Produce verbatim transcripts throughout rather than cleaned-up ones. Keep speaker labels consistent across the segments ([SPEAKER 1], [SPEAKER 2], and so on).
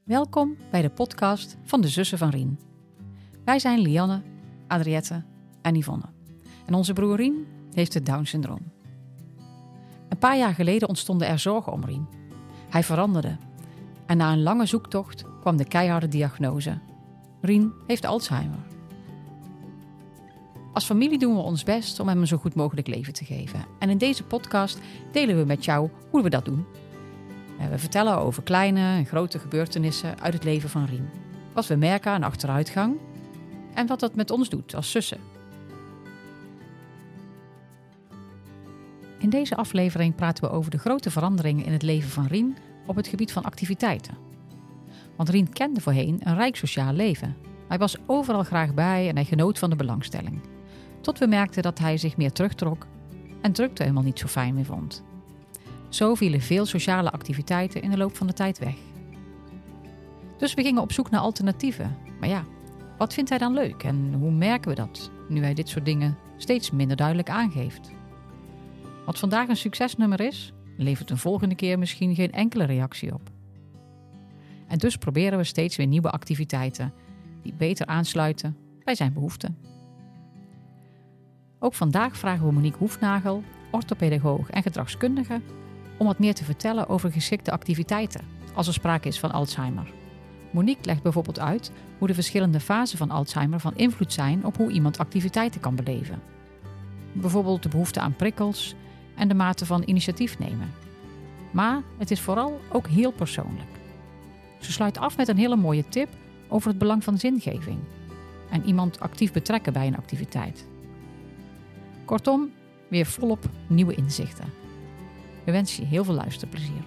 [SPEAKER 1] Welkom bij de podcast van de zussen van Rien. Wij zijn Lianne, Adriette en Yvonne. En onze broer Rien heeft het Down-syndroom. Een paar jaar geleden ontstonden er zorgen om Rien. Hij veranderde. En na een lange zoektocht kwam de keiharde diagnose. Rien heeft Alzheimer. Als familie doen we ons best om hem een zo goed mogelijk leven te geven. En in deze podcast delen we met jou hoe we dat doen. We vertellen over kleine en grote gebeurtenissen uit het leven van Rien. Wat we merken aan achteruitgang en wat dat met ons doet als zussen. In deze aflevering praten we over de grote veranderingen in het leven van Rien op het gebied van activiteiten. Want Rien kende voorheen een rijk sociaal leven. Hij was overal graag bij en hij genoot van de belangstelling. Tot we merkten dat hij zich meer terugtrok en drukte helemaal niet zo fijn meer vond. Zo vielen veel sociale activiteiten in de loop van de tijd weg. Dus we gingen op zoek naar alternatieven. Maar ja, wat vindt hij dan leuk en hoe merken we dat, nu hij dit soort dingen steeds minder duidelijk aangeeft? Wat vandaag een succesnummer is, levert een volgende keer misschien geen enkele reactie op. En dus proberen we steeds weer nieuwe activiteiten die beter aansluiten bij zijn behoeften. Ook vandaag vragen we Monique Hoefnagel, orthopedagoog en gedragskundige, om wat meer te vertellen over geschikte activiteiten als er sprake is van Alzheimer. Monique legt bijvoorbeeld uit hoe de verschillende fasen van Alzheimer van invloed zijn op hoe iemand activiteiten kan beleven. Bijvoorbeeld de behoefte aan prikkels en de mate van initiatief nemen. Maar het is vooral ook heel persoonlijk. Ze sluit af met een hele mooie tip over het belang van zingeving en iemand actief betrekken bij een activiteit. Kortom, weer volop nieuwe inzichten. We wensen je heel veel luisterplezier.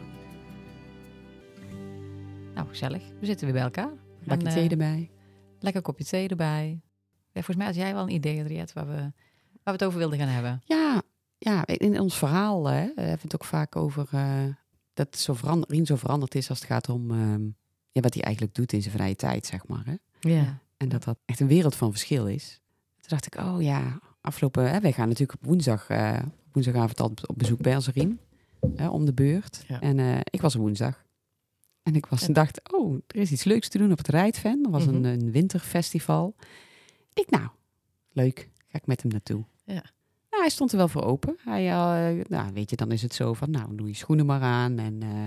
[SPEAKER 1] Nou, gezellig. We zitten weer bij elkaar.
[SPEAKER 2] Lekker thee erbij.
[SPEAKER 1] Lekker kopje thee erbij. Ja, volgens mij had jij wel een idee, Adriette, waar we, waar we het over wilden gaan hebben.
[SPEAKER 2] Ja, ja in ons verhaal hè, hebben we het ook vaak over uh, dat zo verander, Rien zo veranderd is als het gaat om um, ja, wat hij eigenlijk doet in zijn vrije tijd, zeg maar. Hè?
[SPEAKER 1] Ja.
[SPEAKER 2] En dat dat echt een wereld van verschil is. Toen dacht ik, oh ja, afgelopen... Hè, wij gaan natuurlijk op woensdag, uh, woensdagavond al op bezoek bij onze Rien. Hè, om de beurt. Ja. En uh, ik was er woensdag. En ik was en dacht, oh, er is iets leuks te doen op het Rijdven. Er was mm-hmm. een, een winterfestival. Ik, nou, leuk. Ga ik met hem naartoe.
[SPEAKER 1] Ja.
[SPEAKER 2] Nou, hij stond er wel voor open. Hij, uh, nou, weet je, dan is het zo van, nou, doe je schoenen maar aan. En uh,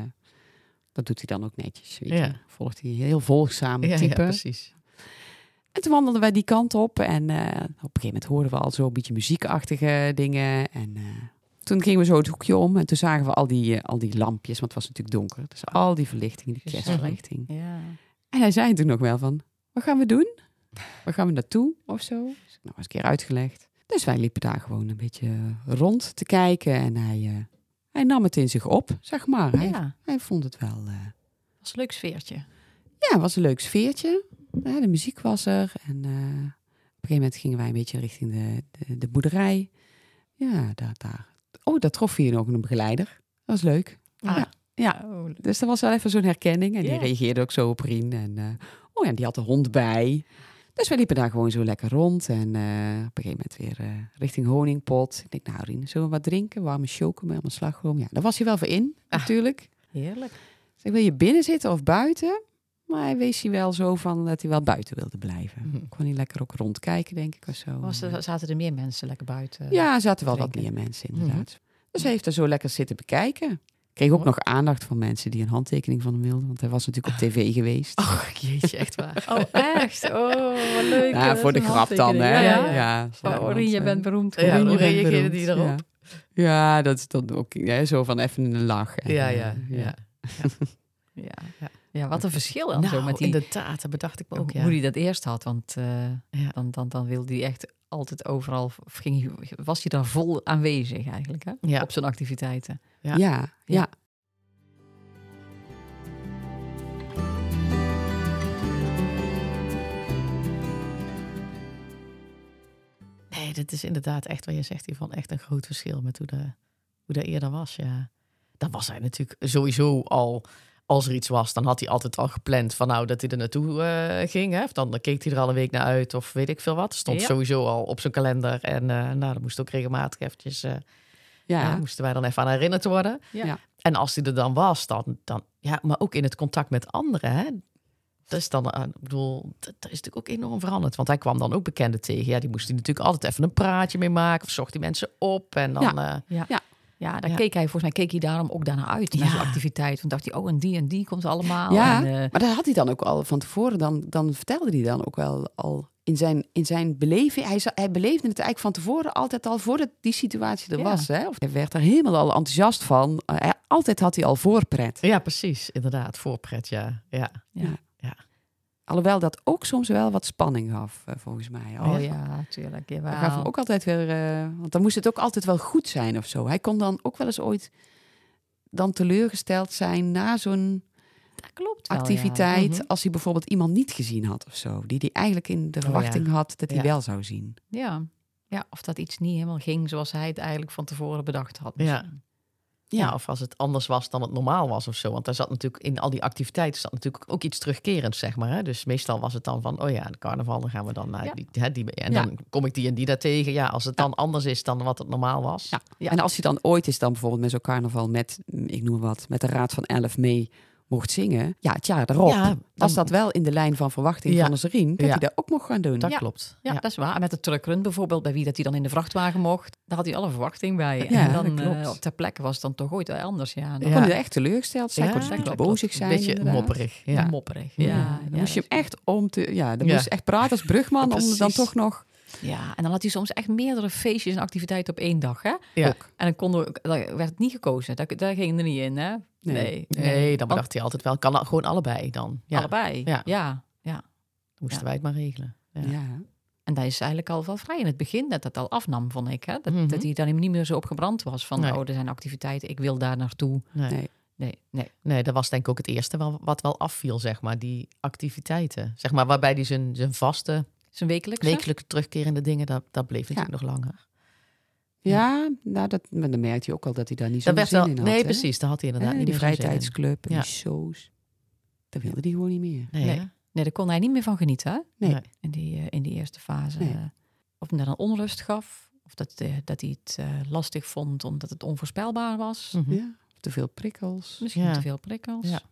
[SPEAKER 2] dat doet hij dan ook netjes. Weet
[SPEAKER 1] ja.
[SPEAKER 2] je. Volgt hij heel volgzame
[SPEAKER 1] ja,
[SPEAKER 2] type.
[SPEAKER 1] Ja, precies.
[SPEAKER 2] En toen wandelden wij die kant op. En uh, op een gegeven moment hoorden we al zo een beetje muziekachtige dingen. En uh, toen gingen we zo het hoekje om. En toen zagen we al die, uh, al die lampjes. Want het was natuurlijk donker. Dus al die verlichting, die kerstverlichting.
[SPEAKER 1] Ja.
[SPEAKER 2] En hij zei toen nog wel van, wat gaan we doen? Waar gaan we naartoe? Of zo. Dus ik nou eens een keer uitgelegd. Dus wij liepen daar gewoon een beetje rond te kijken. En hij, uh, hij nam het in zich op, zeg maar. Hij,
[SPEAKER 1] ja.
[SPEAKER 2] hij vond het wel... Uh,
[SPEAKER 1] was een leuk sfeertje.
[SPEAKER 2] Ja, het was een leuk sfeertje. Ja, de muziek was er. En uh, op een gegeven moment gingen wij een beetje richting de, de, de boerderij. Ja, daar, daar. Oh, daar trof hier nog een begeleider. Dat was leuk.
[SPEAKER 1] Ah.
[SPEAKER 2] Ja, ja.
[SPEAKER 1] Oh,
[SPEAKER 2] dus dat was wel even zo'n herkenning. En die
[SPEAKER 1] yeah.
[SPEAKER 2] reageerde ook zo op Rien. En uh, oh ja, die had de hond bij. Dus we liepen daar gewoon zo lekker rond. En uh, op een gegeven moment weer uh, richting Honingpot. Ik denk, nou Rien, zullen we wat drinken? Warme chocomel met slagroom. Ja, daar was hij wel voor in, ah, natuurlijk.
[SPEAKER 1] Heerlijk.
[SPEAKER 2] Dus ik wil je binnen zitten of buiten? Maar hij wees hij wel zo van dat hij wel buiten wilde blijven. Mm-hmm. Kon hij lekker ook rondkijken, denk ik, of zo.
[SPEAKER 1] Was er, zaten er meer mensen lekker buiten?
[SPEAKER 2] Ja, er zaten wel drinken. Wat meer mensen, inderdaad. Mm-hmm. Dus hij heeft er zo lekker zitten bekijken. Kreeg ook oh. nog aandacht van mensen die een handtekening van hem wilden. Want hij was natuurlijk op tv geweest.
[SPEAKER 1] Oh, jeetje, echt waar. Oh, echt? Oh, wat leuk.
[SPEAKER 2] Ja, voor de grap dan, hè.
[SPEAKER 1] Ja, ja.
[SPEAKER 2] ja,
[SPEAKER 1] ja oh, Rien, je bent beroemd.
[SPEAKER 2] Ja,
[SPEAKER 1] hoe reageerde die erop?
[SPEAKER 2] Ja, ja dat is dan ook ja, zo van even een lach. En,
[SPEAKER 1] ja, ja, ja. ja. ja. ja, ja. Ja, wat een verschil dan
[SPEAKER 2] nou,
[SPEAKER 1] zo met die...
[SPEAKER 2] inderdaad, dat bedacht ik me ook, ja.
[SPEAKER 1] Hoe hij dat eerst had, want uh, ja. dan, dan, dan wilde hij echt altijd overal... Ging, was hij daar vol aanwezig eigenlijk, hè? Ja. Op zijn activiteiten.
[SPEAKER 2] Ja, ja. ja. ja.
[SPEAKER 3] Nee, dat is inderdaad echt wat je zegt hiervan. Echt een groot verschil met hoe, de, hoe dat eerder was, ja. Dan was hij natuurlijk sowieso al... Als er iets was, dan had hij altijd al gepland van nou dat hij er naartoe uh, ging. Hè? Of dan keek hij er al een week naar uit of weet ik veel wat. Stond ja. sowieso al op zijn kalender. En uh, nou, dat moest ook regelmatig eventjes... Uh, ja. ja, moesten wij dan even aan herinnerd worden.
[SPEAKER 2] Ja.
[SPEAKER 3] En als hij er dan was, dan... dan ja, maar ook in het contact met anderen. Hè? dat is dan, uh, ik bedoel, dat, dat is natuurlijk ook enorm veranderd. Want hij kwam dan ook bekenden tegen. Ja, die moest hij natuurlijk altijd even een praatje mee maken. Of zocht die mensen op. En dan...
[SPEAKER 1] Ja,
[SPEAKER 3] uh,
[SPEAKER 1] ja. ja. Ja, daar
[SPEAKER 3] ja.
[SPEAKER 1] keek hij, volgens mij keek hij daarom ook daarna uit. Naar
[SPEAKER 2] Ja.
[SPEAKER 1] zo'n activiteit. Want dacht hij, oh, en die en die komt allemaal.
[SPEAKER 2] Ja,
[SPEAKER 1] en, uh,
[SPEAKER 2] maar dat had hij dan ook al van tevoren. Dan, dan vertelde hij dan ook wel al in zijn, in zijn beleving. Hij, hij beleefde het eigenlijk van tevoren altijd al voordat die situatie er
[SPEAKER 1] Ja.
[SPEAKER 2] was. Hè? Of hij werd er helemaal al enthousiast van. Uh, hij, altijd had hij al voorpret.
[SPEAKER 3] Ja, precies. Inderdaad, voorpret, ja. ja.
[SPEAKER 1] ja.
[SPEAKER 2] Ja.
[SPEAKER 3] ja.
[SPEAKER 2] Alhoewel dat ook soms wel wat spanning gaf, uh, volgens mij.
[SPEAKER 1] Oh ja, ja tuurlijk.
[SPEAKER 2] Dat
[SPEAKER 1] Jawel.
[SPEAKER 2] gaf hem ook altijd weer... Uh, want dan moest het ook altijd wel goed zijn of zo. Hij kon dan ook wel eens ooit dan teleurgesteld zijn na zo'n
[SPEAKER 1] dat klopt wel,
[SPEAKER 2] activiteit.
[SPEAKER 1] Ja. Mm-hmm.
[SPEAKER 2] Als hij bijvoorbeeld iemand niet gezien had of zo. Die hij eigenlijk in de verwachting
[SPEAKER 3] oh, ja.
[SPEAKER 2] had dat hij
[SPEAKER 3] ja.
[SPEAKER 2] wel zou zien.
[SPEAKER 1] Ja. Ja, of dat iets niet helemaal ging zoals hij het eigenlijk van tevoren bedacht had.
[SPEAKER 3] Ja.
[SPEAKER 1] misschien.
[SPEAKER 3] Ja.
[SPEAKER 2] Ja.
[SPEAKER 3] ja, of als het anders was dan het normaal was of zo. Want daar zat natuurlijk in al die activiteiten zat natuurlijk ook iets terugkerends, zeg maar. Hè? Dus meestal was het dan van, oh ja, de carnaval, dan gaan we dan naar
[SPEAKER 1] Ja.
[SPEAKER 3] die, hè, die... En
[SPEAKER 2] Ja.
[SPEAKER 3] dan kom ik die en die daar tegen. Ja, als het dan anders is dan wat het normaal was.
[SPEAKER 2] Ja.
[SPEAKER 1] Ja.
[SPEAKER 2] En als hij dan ooit is dan bijvoorbeeld met zo'n carnaval met, ik noem maar wat, met de Raad van Elf mee mocht zingen. Ja, het jaar erop.
[SPEAKER 3] Ja, dan-
[SPEAKER 2] was dat wel in de lijn van verwachting
[SPEAKER 3] Ja.
[SPEAKER 2] van Nazarien, dat
[SPEAKER 3] Ja.
[SPEAKER 2] hij dat ook mocht gaan doen.
[SPEAKER 3] Dat
[SPEAKER 1] Ja.
[SPEAKER 3] klopt.
[SPEAKER 1] Ja, dat is waar. En met de truckrun bijvoorbeeld, bij wie dat hij dan in de vrachtwagen mocht, daar had hij alle verwachting bij.
[SPEAKER 2] Ja,
[SPEAKER 1] en dan
[SPEAKER 2] dat klopt.
[SPEAKER 1] uh, ter plekke was het dan toch ooit wel anders. Ja, dan
[SPEAKER 2] Dan
[SPEAKER 3] Ja.
[SPEAKER 2] kon hij echt teleurgesteld zijn,
[SPEAKER 3] Ja,
[SPEAKER 2] kon hij
[SPEAKER 1] dat
[SPEAKER 2] een
[SPEAKER 1] klopt.
[SPEAKER 2] bozig zijn.
[SPEAKER 3] Een beetje
[SPEAKER 2] inderdaad.
[SPEAKER 3] mopperig. Ja.
[SPEAKER 1] mopperig.
[SPEAKER 2] Ja,
[SPEAKER 1] Ja,
[SPEAKER 2] dan
[SPEAKER 1] ja,
[SPEAKER 2] moest je
[SPEAKER 1] dat
[SPEAKER 2] hem
[SPEAKER 1] is-
[SPEAKER 2] echt om te... Ja, dan
[SPEAKER 3] Ja.
[SPEAKER 2] moest je echt praten als brugman, om
[SPEAKER 3] Precies.
[SPEAKER 2] dan toch nog...
[SPEAKER 1] Ja, en dan had hij soms echt meerdere feestjes en activiteiten op één dag. Hè?
[SPEAKER 3] Ja.
[SPEAKER 2] Ook.
[SPEAKER 1] En dan, kon er, dan werd het niet gekozen. Daar, daar ging er niet in. Hè?
[SPEAKER 2] Nee.
[SPEAKER 1] Nee,
[SPEAKER 3] Nee, dan
[SPEAKER 1] Want
[SPEAKER 3] bedacht hij altijd wel. Kan dat gewoon allebei dan. Ja.
[SPEAKER 1] allebei.
[SPEAKER 3] Ja.
[SPEAKER 1] Ja. Ja,
[SPEAKER 3] Dan moesten
[SPEAKER 1] Ja.
[SPEAKER 3] wij het maar regelen. Ja.
[SPEAKER 2] Ja.
[SPEAKER 1] En dat is eigenlijk al wel vrij in het begin dat dat al afnam, vond ik. Hè? Dat,
[SPEAKER 3] Mhm.
[SPEAKER 1] dat hij dan niet meer zo op gebrand was van,
[SPEAKER 3] Nee.
[SPEAKER 1] oh, er zijn activiteiten, ik wil daar naartoe.
[SPEAKER 3] Nee.
[SPEAKER 2] Nee.
[SPEAKER 1] Nee, nee.
[SPEAKER 3] Nee, dat was denk ik ook het eerste wel, wat wel afviel, zeg maar. Die activiteiten. Zeg maar, waarbij hij zijn, zijn vaste,
[SPEAKER 1] Zijn wekelijkse?
[SPEAKER 3] wekelijke terugkerende dingen, dat, dat bleef natuurlijk nog langer.
[SPEAKER 2] Ja, nou, dat, maar dan merkte je ook al dat hij daar niet zo
[SPEAKER 3] Dat
[SPEAKER 2] zin
[SPEAKER 3] werd wel,
[SPEAKER 2] in had.
[SPEAKER 3] nee,
[SPEAKER 2] hè?
[SPEAKER 3] precies. Daar had hij inderdaad
[SPEAKER 2] Hè,
[SPEAKER 3] niet
[SPEAKER 2] die
[SPEAKER 3] meer zo'n zin in.
[SPEAKER 2] vrijtijdsclub en
[SPEAKER 3] Ja.
[SPEAKER 2] die shows. Daar wilde hij gewoon niet meer.
[SPEAKER 3] Nee,
[SPEAKER 1] Nee.
[SPEAKER 3] hè?
[SPEAKER 1] Nee, daar kon hij niet meer van genieten, hè?
[SPEAKER 2] Nee.
[SPEAKER 3] Nee.
[SPEAKER 1] In die, uh, in die eerste fase.
[SPEAKER 2] Nee.
[SPEAKER 1] Uh, of hem dat dan onrust gaf. Of dat, uh, dat hij het uh, lastig vond omdat het onvoorspelbaar was.
[SPEAKER 3] Mhm.
[SPEAKER 2] Ja, te veel prikkels.
[SPEAKER 1] Misschien
[SPEAKER 3] Ja.
[SPEAKER 1] te veel prikkels.
[SPEAKER 3] Ja.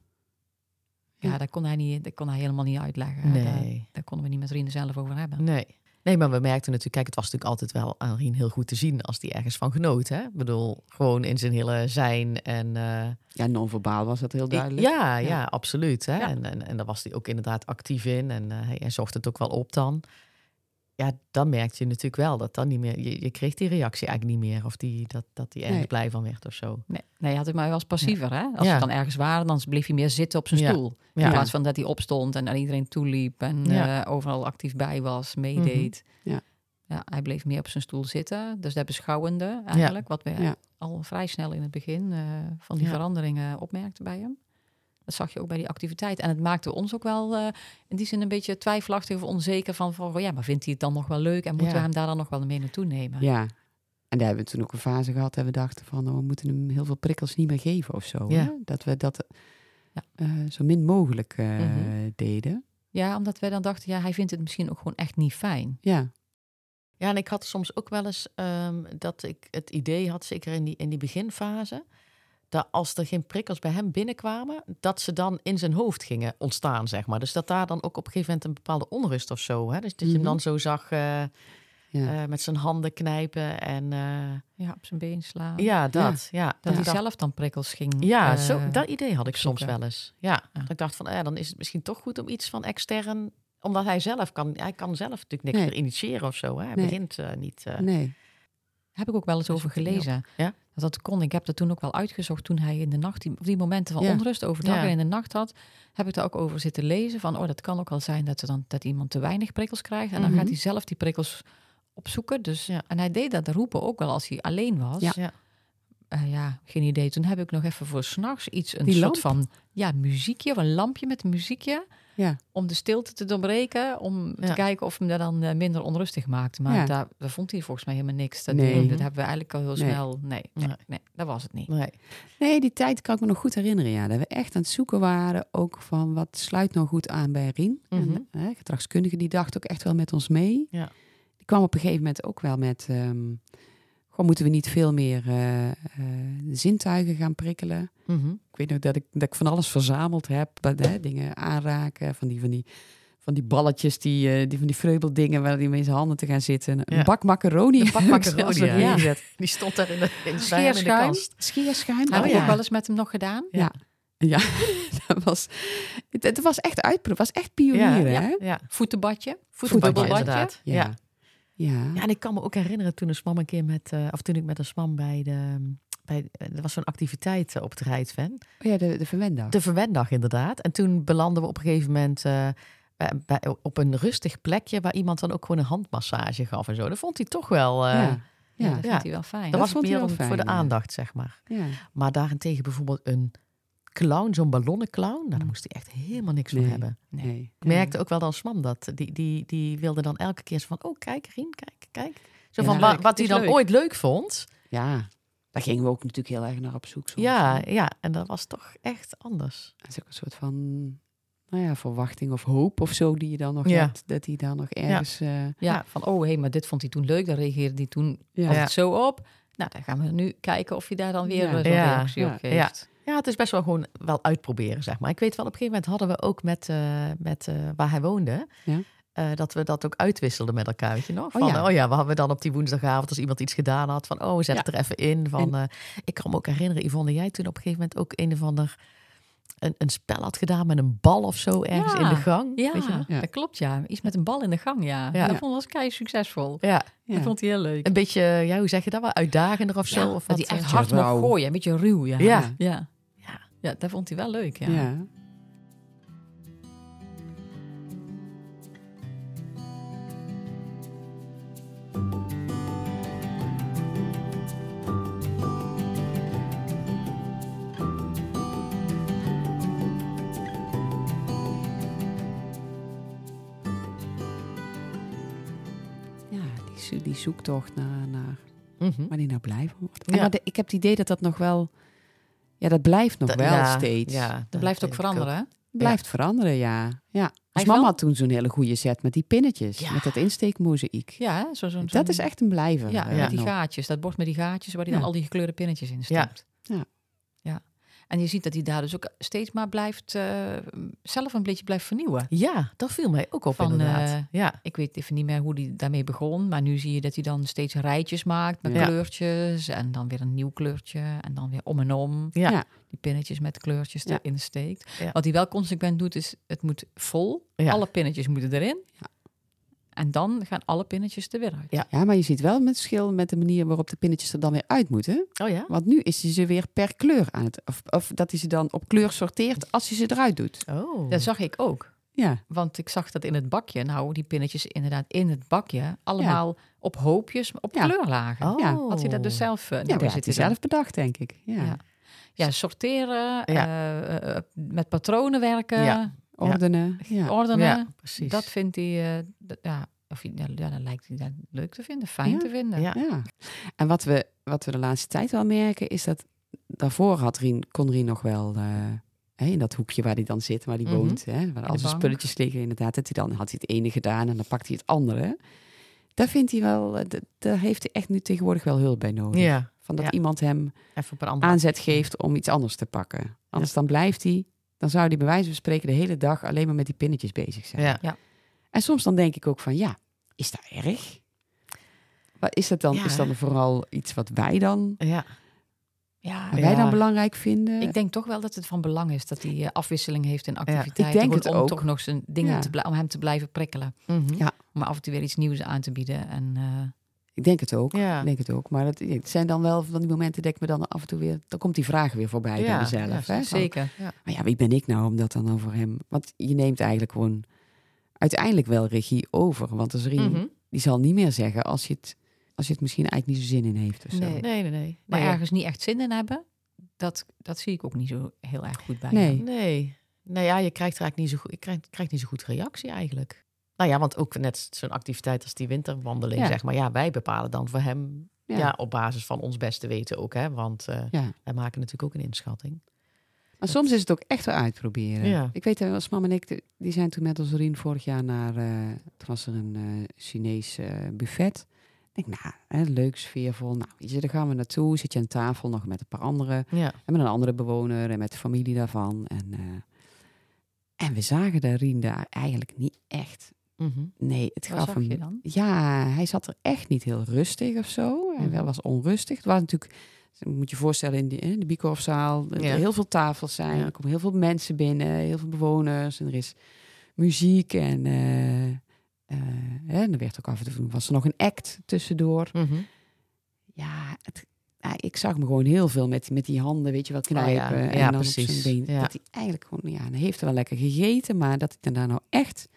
[SPEAKER 1] Ja,
[SPEAKER 2] Ja.
[SPEAKER 1] dat kon hij, niet, dat kon hij helemaal niet uitleggen.
[SPEAKER 3] Nee.
[SPEAKER 1] Daar, daar konden we niet met Rien zelf over hebben.
[SPEAKER 3] Nee. Nee, maar we merkten natuurlijk, kijk, het was natuurlijk altijd wel aan Rien heel goed te zien als die ergens van genoot. Hè? Ik bedoel, gewoon in zijn hele zijn en... Uh,
[SPEAKER 2] Ja, non-verbaal was dat heel duidelijk.
[SPEAKER 3] Ja, ja,
[SPEAKER 2] Ja.
[SPEAKER 3] absoluut. Hè?
[SPEAKER 1] Ja.
[SPEAKER 3] En, en, en daar was hij ook inderdaad actief in. En uh, hij, hij zocht het ook wel op dan. Ja, dan merkte je natuurlijk wel dat dan niet meer... Je, je kreeg die reactie eigenlijk niet meer. Of die, dat, dat hij ergens
[SPEAKER 2] Nee.
[SPEAKER 3] blij van werd of zo.
[SPEAKER 1] Nee, nee, hij had het maar was passiever. Hè? Als
[SPEAKER 3] Ja.
[SPEAKER 1] we dan ergens waren, dan bleef hij meer zitten op zijn
[SPEAKER 3] Ja.
[SPEAKER 1] stoel.
[SPEAKER 3] Ja.
[SPEAKER 1] In plaats van dat hij opstond en naar iedereen toeliep. En
[SPEAKER 3] Ja.
[SPEAKER 1] uh, overal actief bij was, meedeed.
[SPEAKER 2] Mhm. Ja.
[SPEAKER 1] Ja, hij bleef meer op zijn stoel zitten. Dus dat beschouwende eigenlijk. Wat we
[SPEAKER 2] Ja.
[SPEAKER 1] al vrij snel in het begin uh, van die
[SPEAKER 3] Ja.
[SPEAKER 1] veranderingen opmerkten bij hem. Dat zag je ook bij die activiteit. En het maakte ons ook wel uh, in die zin een beetje twijfelachtig of onzeker van, van ja, maar vindt hij het dan nog wel leuk en moeten
[SPEAKER 3] Ja.
[SPEAKER 1] we hem daar dan nog wel mee naartoe nemen?
[SPEAKER 2] Ja. En daar hebben we toen ook een fase gehad dat we dachten van, oh, we moeten hem heel veel prikkels niet meer geven of zo.
[SPEAKER 3] Ja.
[SPEAKER 2] Hè? Dat we dat
[SPEAKER 1] Ja.
[SPEAKER 2] uh, zo min mogelijk uh,
[SPEAKER 1] Mhm.
[SPEAKER 2] deden.
[SPEAKER 1] Ja, omdat wij dan dachten, ja, hij vindt het misschien ook gewoon echt niet fijn.
[SPEAKER 2] Ja.
[SPEAKER 3] Ja, en ik had soms ook wel eens um, dat ik het idee had, zeker in die, in die beginfase, dat als er geen prikkels bij hem binnenkwamen, dat ze dan in zijn hoofd gingen ontstaan, zeg maar. Dus dat daar dan ook op een gegeven moment een bepaalde onrust of zo, hè? Dus dat je hem
[SPEAKER 2] Mhm.
[SPEAKER 3] dan zo zag uh,
[SPEAKER 2] Ja.
[SPEAKER 3] uh, met zijn handen knijpen en uh,
[SPEAKER 1] Ja, op zijn been slaan.
[SPEAKER 3] ja, dat. Ja.
[SPEAKER 1] Dat
[SPEAKER 3] Dat
[SPEAKER 1] hij
[SPEAKER 3] ik dacht-
[SPEAKER 1] zelf dan prikkels ging.
[SPEAKER 3] Ja,
[SPEAKER 1] uh,
[SPEAKER 3] zo, dat idee had ik soms
[SPEAKER 1] zoeken.
[SPEAKER 3] wel eens. Ja,
[SPEAKER 1] Ja.
[SPEAKER 3] dat ik dacht van, eh, dan is het misschien toch goed om iets van extern, omdat hij zelf kan, hij kan zelf natuurlijk niks
[SPEAKER 2] Nee.
[SPEAKER 3] meer initiëren of zo. Hè? Hij
[SPEAKER 2] Nee.
[SPEAKER 3] begint uh, niet. Uh,
[SPEAKER 2] Nee.
[SPEAKER 1] Heb ik ook wel eens
[SPEAKER 3] Dat
[SPEAKER 1] over
[SPEAKER 3] zoek ik niet
[SPEAKER 1] gelezen.
[SPEAKER 3] Ja?
[SPEAKER 1] Dat dat kon. Ik heb dat toen ook wel uitgezocht toen hij in de nacht, die, die momenten van
[SPEAKER 2] Ja.
[SPEAKER 1] onrust overdag
[SPEAKER 3] Ja.
[SPEAKER 1] en in de nacht had, heb ik daar ook over zitten lezen. Van, oh, dat kan ook wel zijn dat, er dan, dat iemand te weinig prikkels krijgt. En dan
[SPEAKER 3] Mhm.
[SPEAKER 1] gaat hij zelf die prikkels opzoeken. Dus,
[SPEAKER 3] Ja.
[SPEAKER 1] En hij deed dat roepen ook wel als hij alleen was.
[SPEAKER 2] Ja.
[SPEAKER 3] Ja.
[SPEAKER 1] Uh, ja, geen idee. Toen heb ik nog even voor 's nachts iets, een
[SPEAKER 2] Die
[SPEAKER 1] soort
[SPEAKER 2] lamp?
[SPEAKER 1] van ja, muziekje, of een lampje met een muziekje.
[SPEAKER 2] Ja.
[SPEAKER 1] Om de stilte te doorbreken, om
[SPEAKER 3] Ja.
[SPEAKER 1] te kijken of hem dat dan uh, minder onrustig maakte. Maar
[SPEAKER 2] Ja.
[SPEAKER 1] daar, daar vond hij volgens mij helemaal niks. Dat,
[SPEAKER 2] Nee.
[SPEAKER 1] nee. dat hebben we eigenlijk al heel
[SPEAKER 2] Nee.
[SPEAKER 1] snel. Nee, nee,
[SPEAKER 3] Nee.
[SPEAKER 1] nee, dat was het niet.
[SPEAKER 3] Nee.
[SPEAKER 2] Nee, die tijd kan ik me nog goed herinneren. Ja. Dat we echt aan het zoeken waren ook van wat sluit nou goed aan bij Rien.
[SPEAKER 3] Mhm.
[SPEAKER 2] En, hè, gedragskundige die dacht ook echt wel met ons mee.
[SPEAKER 3] Ja.
[SPEAKER 2] Die kwam op een gegeven moment ook wel met, um, gewoon moeten we niet veel meer uh, uh, zintuigen gaan prikkelen.
[SPEAKER 3] Mm-hmm.
[SPEAKER 2] Ik weet nog dat ik, dat ik van alles verzameld heb. Hè, dingen aanraken, van die, van die, van die balletjes, die, uh, die van die freubeldingen waar die mee in zijn handen te gaan zitten. Een
[SPEAKER 3] Ja.
[SPEAKER 2] bak macaroni.
[SPEAKER 3] Een bak macaroni, ja.
[SPEAKER 2] ja.
[SPEAKER 3] Ja. Die stond daar in de, in de, in de kast.
[SPEAKER 2] Scheerschuim.
[SPEAKER 1] Heb
[SPEAKER 3] Oh,
[SPEAKER 1] ik
[SPEAKER 3] ja.
[SPEAKER 1] ook wel eens met hem nog gedaan.
[SPEAKER 2] Ja. Ja, dat was, het, het was echt uitproef. Het was echt pionieren,
[SPEAKER 3] Ja,
[SPEAKER 2] hè?
[SPEAKER 3] ja, ja.
[SPEAKER 1] Voetenbadje.
[SPEAKER 3] Voetbalbadje,
[SPEAKER 1] Voetbalbadje.
[SPEAKER 3] inderdaad. Ja.
[SPEAKER 2] Ja.
[SPEAKER 3] Ja.
[SPEAKER 2] Ja.
[SPEAKER 3] Ja, en ik kan me ook herinneren toen een smam een keer met, uh, of toen ik met een smam bij de, bij, er was zo'n activiteit uh, op het Rijtven.
[SPEAKER 2] Oh ja, de, de verwendag.
[SPEAKER 3] De verwendag inderdaad. En toen belanden we op een gegeven moment uh, bij, bij, op een rustig plekje waar iemand dan ook gewoon een handmassage gaf en zo. Dat vond hij toch wel. Uh,
[SPEAKER 2] ja.
[SPEAKER 1] Ja,
[SPEAKER 2] Ja.
[SPEAKER 1] dat
[SPEAKER 3] Ja.
[SPEAKER 1] vindt hij wel fijn.
[SPEAKER 3] dat,
[SPEAKER 2] Dat
[SPEAKER 3] was
[SPEAKER 2] vond hij
[SPEAKER 3] meer
[SPEAKER 2] wel
[SPEAKER 3] om,
[SPEAKER 2] fijn,
[SPEAKER 3] voor de
[SPEAKER 2] ja.
[SPEAKER 3] aandacht, zeg maar.
[SPEAKER 2] Ja.
[SPEAKER 3] Maar daarentegen bijvoorbeeld een clown, zo'n ballonnenclown, nou, daar moest hij echt helemaal niks
[SPEAKER 2] Nee.
[SPEAKER 3] van hebben.
[SPEAKER 2] Nee.
[SPEAKER 3] Ik merkte ook wel dan Smam dat. Die, die, die wilde dan elke keer zo van, oh kijk Rien, kijk, kijk. Zo
[SPEAKER 2] Ja,
[SPEAKER 3] van,
[SPEAKER 2] leuk.
[SPEAKER 3] wa, wat
[SPEAKER 1] Is
[SPEAKER 3] hij dan
[SPEAKER 1] leuk.
[SPEAKER 3] ooit leuk vond.
[SPEAKER 2] Ja, daar gingen we ook natuurlijk heel erg naar op zoek. Soms,
[SPEAKER 3] Ja,
[SPEAKER 2] hè.
[SPEAKER 3] ja, en dat was toch echt anders.
[SPEAKER 2] Dat is ook een soort van, nou ja, verwachting of hoop of zo die je dan nog
[SPEAKER 3] Ja.
[SPEAKER 2] hebt. Dat hij dan nog ergens... Ja.
[SPEAKER 1] Ja,
[SPEAKER 3] Ja.
[SPEAKER 1] van oh, hé, hey, maar dit vond hij toen leuk. Daar reageerde hij toen
[SPEAKER 2] Ja.
[SPEAKER 1] altijd zo op. Nou, dan gaan we nu kijken of hij daar dan weer
[SPEAKER 2] Ja.
[SPEAKER 1] uh, zo'n
[SPEAKER 3] Ja.
[SPEAKER 1] reactie
[SPEAKER 2] Ja.
[SPEAKER 1] op geeft.
[SPEAKER 3] Ja, het is best wel gewoon wel uitproberen, zeg maar. Ik weet wel, op een gegeven moment hadden we ook met, uh, met uh, waar hij woonde...
[SPEAKER 2] Ja.
[SPEAKER 3] Uh, dat we dat ook uitwisselden met elkaar, weet je nog? Van,
[SPEAKER 2] Oh
[SPEAKER 3] oh,
[SPEAKER 2] ja.
[SPEAKER 3] ja. oh ja, we hadden dan op die woensdagavond... als iemand iets gedaan had, van oh, zet
[SPEAKER 2] Ja.
[SPEAKER 3] het er even in. Van,
[SPEAKER 2] En-
[SPEAKER 3] uh, ik kan me ook herinneren, Yvonne, jij toen op een gegeven moment... ook een of ander een, een spel had gedaan met een bal of zo ergens
[SPEAKER 1] Ja.
[SPEAKER 3] in de gang.
[SPEAKER 1] Ja,
[SPEAKER 3] Weet je nog?
[SPEAKER 2] Ja.
[SPEAKER 1] dat klopt, ja. Iets met een bal in de gang, ja.
[SPEAKER 3] Ja.
[SPEAKER 1] Dat vond was kei succesvol.
[SPEAKER 3] Ja,
[SPEAKER 2] Ja.
[SPEAKER 1] Dat vond hij heel leuk.
[SPEAKER 3] een beetje, ja, hoe zeg je dat wel? Uitdagender of zo?
[SPEAKER 1] Ja,
[SPEAKER 3] Of
[SPEAKER 1] dat
[SPEAKER 3] wat,
[SPEAKER 1] hij echt
[SPEAKER 3] uh,
[SPEAKER 1] hard mocht
[SPEAKER 2] rauw.
[SPEAKER 1] gooien. Een beetje ruw, ja.
[SPEAKER 3] Ja.
[SPEAKER 1] Ja,
[SPEAKER 3] Ja.
[SPEAKER 1] ja dat vond hij wel leuk, ja.
[SPEAKER 2] Ja. Ja, die, zo- die zoektocht naar, naar
[SPEAKER 3] Mhm.
[SPEAKER 2] waar die nou blij van wordt. En
[SPEAKER 3] Ja.
[SPEAKER 2] maar de- ik heb het idee dat dat nog wel... Ja, dat blijft nog
[SPEAKER 3] Dat-
[SPEAKER 2] wel
[SPEAKER 3] ja,
[SPEAKER 2] steeds.
[SPEAKER 3] Ja,
[SPEAKER 1] Dat blijft ook
[SPEAKER 3] weet ik
[SPEAKER 1] veranderen, hè?
[SPEAKER 2] Blijft veranderen, ja. ja. Als
[SPEAKER 1] heeft
[SPEAKER 2] mama
[SPEAKER 1] wel-
[SPEAKER 2] had toen zo'n hele goede set met die pinnetjes.
[SPEAKER 3] Ja.
[SPEAKER 2] Met dat insteekmozaïek.
[SPEAKER 1] Ja, hè? Zo, zo'n,
[SPEAKER 2] Dat
[SPEAKER 1] zo'n-
[SPEAKER 2] is echt een blijver.
[SPEAKER 1] Ja,
[SPEAKER 2] eh,
[SPEAKER 1] met die
[SPEAKER 2] nog.
[SPEAKER 1] gaatjes. Dat bord met die gaatjes waar hij dan
[SPEAKER 2] Ja.
[SPEAKER 1] al die gekleurde pinnetjes in
[SPEAKER 3] Ja.
[SPEAKER 1] steekt.
[SPEAKER 2] Ja.
[SPEAKER 1] Ja. En je ziet dat hij daar dus ook steeds maar blijft... Uh, zelf een beetje blijft vernieuwen.
[SPEAKER 3] Ja, dat viel mij ook op
[SPEAKER 1] Van,
[SPEAKER 3] inderdaad.
[SPEAKER 1] uh,
[SPEAKER 3] ja.
[SPEAKER 1] Ik weet even niet meer hoe hij daarmee begon. Maar nu zie je dat hij dan steeds rijtjes maakt met
[SPEAKER 2] Ja.
[SPEAKER 1] kleurtjes. En dan weer een nieuw kleurtje. En dan weer om en om.
[SPEAKER 3] Ja.
[SPEAKER 2] Ja.
[SPEAKER 1] Die pinnetjes met kleurtjes
[SPEAKER 2] Ja.
[SPEAKER 1] erin steekt.
[SPEAKER 3] Ja.
[SPEAKER 1] Wat hij wel consequent doet, is het moet vol.
[SPEAKER 3] Ja.
[SPEAKER 1] Alle pinnetjes moeten erin.
[SPEAKER 2] Ja.
[SPEAKER 1] En dan gaan alle pinnetjes er weer uit.
[SPEAKER 3] Ja.
[SPEAKER 2] Ja, maar je ziet wel met verschil met de manier waarop de pinnetjes er dan weer uit moeten.
[SPEAKER 3] Oh ja?
[SPEAKER 2] Want nu is hij ze weer per kleur aan het... Of, of dat hij ze dan op kleur sorteert als hij ze eruit doet.
[SPEAKER 3] Oh.
[SPEAKER 1] Dat zag ik ook.
[SPEAKER 2] Ja,
[SPEAKER 1] Want ik zag dat in het bakje. Nou, die pinnetjes inderdaad in het bakje. Allemaal op hoopjes, op
[SPEAKER 2] Ja.
[SPEAKER 1] kleurlagen.
[SPEAKER 3] Oh.
[SPEAKER 2] Ja.
[SPEAKER 1] Had hij dat dus zelf... Uh,
[SPEAKER 2] ja
[SPEAKER 1] nou,
[SPEAKER 2] dat
[SPEAKER 1] is
[SPEAKER 2] had
[SPEAKER 1] het
[SPEAKER 2] hij
[SPEAKER 1] dan-
[SPEAKER 2] zelf bedacht, denk ik. Ja.
[SPEAKER 1] Ja. Ja, sorteren,
[SPEAKER 3] Ja.
[SPEAKER 1] eh, eh, met patronen werken,
[SPEAKER 3] Ja.
[SPEAKER 2] Ordenen. Ja.
[SPEAKER 1] ordenen.
[SPEAKER 3] Ja, precies.
[SPEAKER 1] Dat vindt hij, eh, dat- ja, of hij, ja, ja, dat lijkt hij dat leuk te vinden, fijn
[SPEAKER 2] Ja.
[SPEAKER 1] te vinden.
[SPEAKER 3] Ja.
[SPEAKER 2] Ja. En wat we, wat we de laatste tijd wel merken, is dat daarvoor had Rien, kon Rien nog wel... eh, hè, in dat hoekje waar hij dan zit, waar hij
[SPEAKER 3] Mhm.
[SPEAKER 2] woont. Hè, waar al
[SPEAKER 1] de
[SPEAKER 2] zijn
[SPEAKER 1] bank.
[SPEAKER 2] spulletjes liggen, inderdaad. Dat hij dan had hij het ene gedaan en dan pakt hij het andere. Daar vindt hij wel... eh, d- Daar heeft hij echt nu tegenwoordig wel hulp bij nodig.
[SPEAKER 3] Ja.
[SPEAKER 2] Van dat
[SPEAKER 3] Ja.
[SPEAKER 2] iemand hem
[SPEAKER 3] Even op een andere...
[SPEAKER 2] aanzet geeft om iets anders te pakken. Anders dan blijft hij... Dan zou hij bij wijze van spreken de hele dag alleen maar met die pinnetjes bezig zijn.
[SPEAKER 3] Ja.
[SPEAKER 2] En soms dan denk ik ook van, ja, is dat erg? Wat is dat dan?
[SPEAKER 3] Ja.
[SPEAKER 2] Is dan vooral iets wat wij dan,
[SPEAKER 3] Ja.
[SPEAKER 1] Ja,
[SPEAKER 2] wat wij
[SPEAKER 3] Ja.
[SPEAKER 2] dan belangrijk vinden?
[SPEAKER 1] ik denk toch wel dat het van belang is dat hij eh, afwisseling heeft in activiteiten.
[SPEAKER 2] Ik denk
[SPEAKER 1] gewoon
[SPEAKER 2] het
[SPEAKER 1] om
[SPEAKER 2] ook.
[SPEAKER 1] toch nog zijn dingen
[SPEAKER 2] Ja.
[SPEAKER 1] te blij- om hem te blijven prikkelen.
[SPEAKER 3] Mhm.
[SPEAKER 2] Ja.
[SPEAKER 1] Om af en toe weer iets nieuws aan te bieden. En eh,
[SPEAKER 2] Ik denk het ook.
[SPEAKER 3] Ja.
[SPEAKER 2] Ik denk het ook. Maar het, het zijn dan wel van die momenten dat ik me dan af en toe weer... Dan komt die vraag weer voorbij
[SPEAKER 3] Ja,
[SPEAKER 2] bij mezelf.
[SPEAKER 3] ja,
[SPEAKER 2] hè? Van,
[SPEAKER 1] zeker.
[SPEAKER 2] maar ja, wie ben ik nou om dat dan over hem... Want je neemt eigenlijk gewoon uiteindelijk wel regie over. Want als Rien,
[SPEAKER 3] Mhm.
[SPEAKER 2] die zal niet meer zeggen als je het, als je het misschien eigenlijk niet zo zin in heeft. Of zo.
[SPEAKER 1] Nee.
[SPEAKER 3] Nee, nee, nee.
[SPEAKER 1] Maar
[SPEAKER 3] nee.
[SPEAKER 1] ergens niet echt zin in hebben, dat, dat zie ik ook niet zo heel erg goed bij
[SPEAKER 2] Nee.
[SPEAKER 1] hem.
[SPEAKER 3] Nee. Nee, ja, je krijgt er eigenlijk niet zo goed, je krijgt, krijgt niet zo goed reactie eigenlijk. Nou ja, want ook net zo'n activiteit als die winterwandeling,
[SPEAKER 2] Ja.
[SPEAKER 3] zeg maar. Ja, wij bepalen dan voor hem, ja.
[SPEAKER 2] Ja.
[SPEAKER 3] op basis van ons beste weten ook, hè. Want uh,
[SPEAKER 2] Ja.
[SPEAKER 3] wij maken natuurlijk ook een inschatting.
[SPEAKER 2] Maar soms is het ook echt wel uitproberen.
[SPEAKER 3] Ja.
[SPEAKER 2] Ik weet dat als mam en ik, de- die zijn toen met ons Rien vorig jaar naar, uh, toen was er een uh, Chinees uh, buffet. Ik denk, nou, hè, leuk, sfeervol. Nou, weet je, daar gaan we naartoe. Zit je aan tafel nog met een paar anderen.
[SPEAKER 3] Ja.
[SPEAKER 2] En met een andere bewoner en met de familie daarvan. En, uh, en we zagen de Rien daar eigenlijk niet echt.
[SPEAKER 3] Mm-hmm.
[SPEAKER 2] Nee, het
[SPEAKER 1] Wat
[SPEAKER 2] gaf
[SPEAKER 1] zag
[SPEAKER 2] hem...
[SPEAKER 1] je dan?
[SPEAKER 2] Ja, hij zat er echt niet heel rustig of zo. Hij
[SPEAKER 3] Mm-hmm.
[SPEAKER 2] was onrustig. Het was natuurlijk... Je moet je voorstellen, in de, in de Biekhoffzaal, er
[SPEAKER 3] Ja.
[SPEAKER 2] heel veel tafels zijn.
[SPEAKER 3] Ja.
[SPEAKER 2] Er komen heel veel mensen binnen, heel veel bewoners. En er is muziek en... Uh, uh, hè, en er werd ook af en toe... was er nog een act tussendoor.
[SPEAKER 3] Mm-hmm.
[SPEAKER 2] Ja, het, ja, ik zag me gewoon heel veel met, met die handen, weet je wel, knijpen.
[SPEAKER 3] Oh, ja.
[SPEAKER 2] En
[SPEAKER 3] Ja,
[SPEAKER 2] dan
[SPEAKER 3] precies.
[SPEAKER 2] op zijn been.
[SPEAKER 3] Ja.
[SPEAKER 2] Dat hij eigenlijk gewoon... Ja, hij heeft er wel lekker gegeten, maar dat hij daarna nou echt...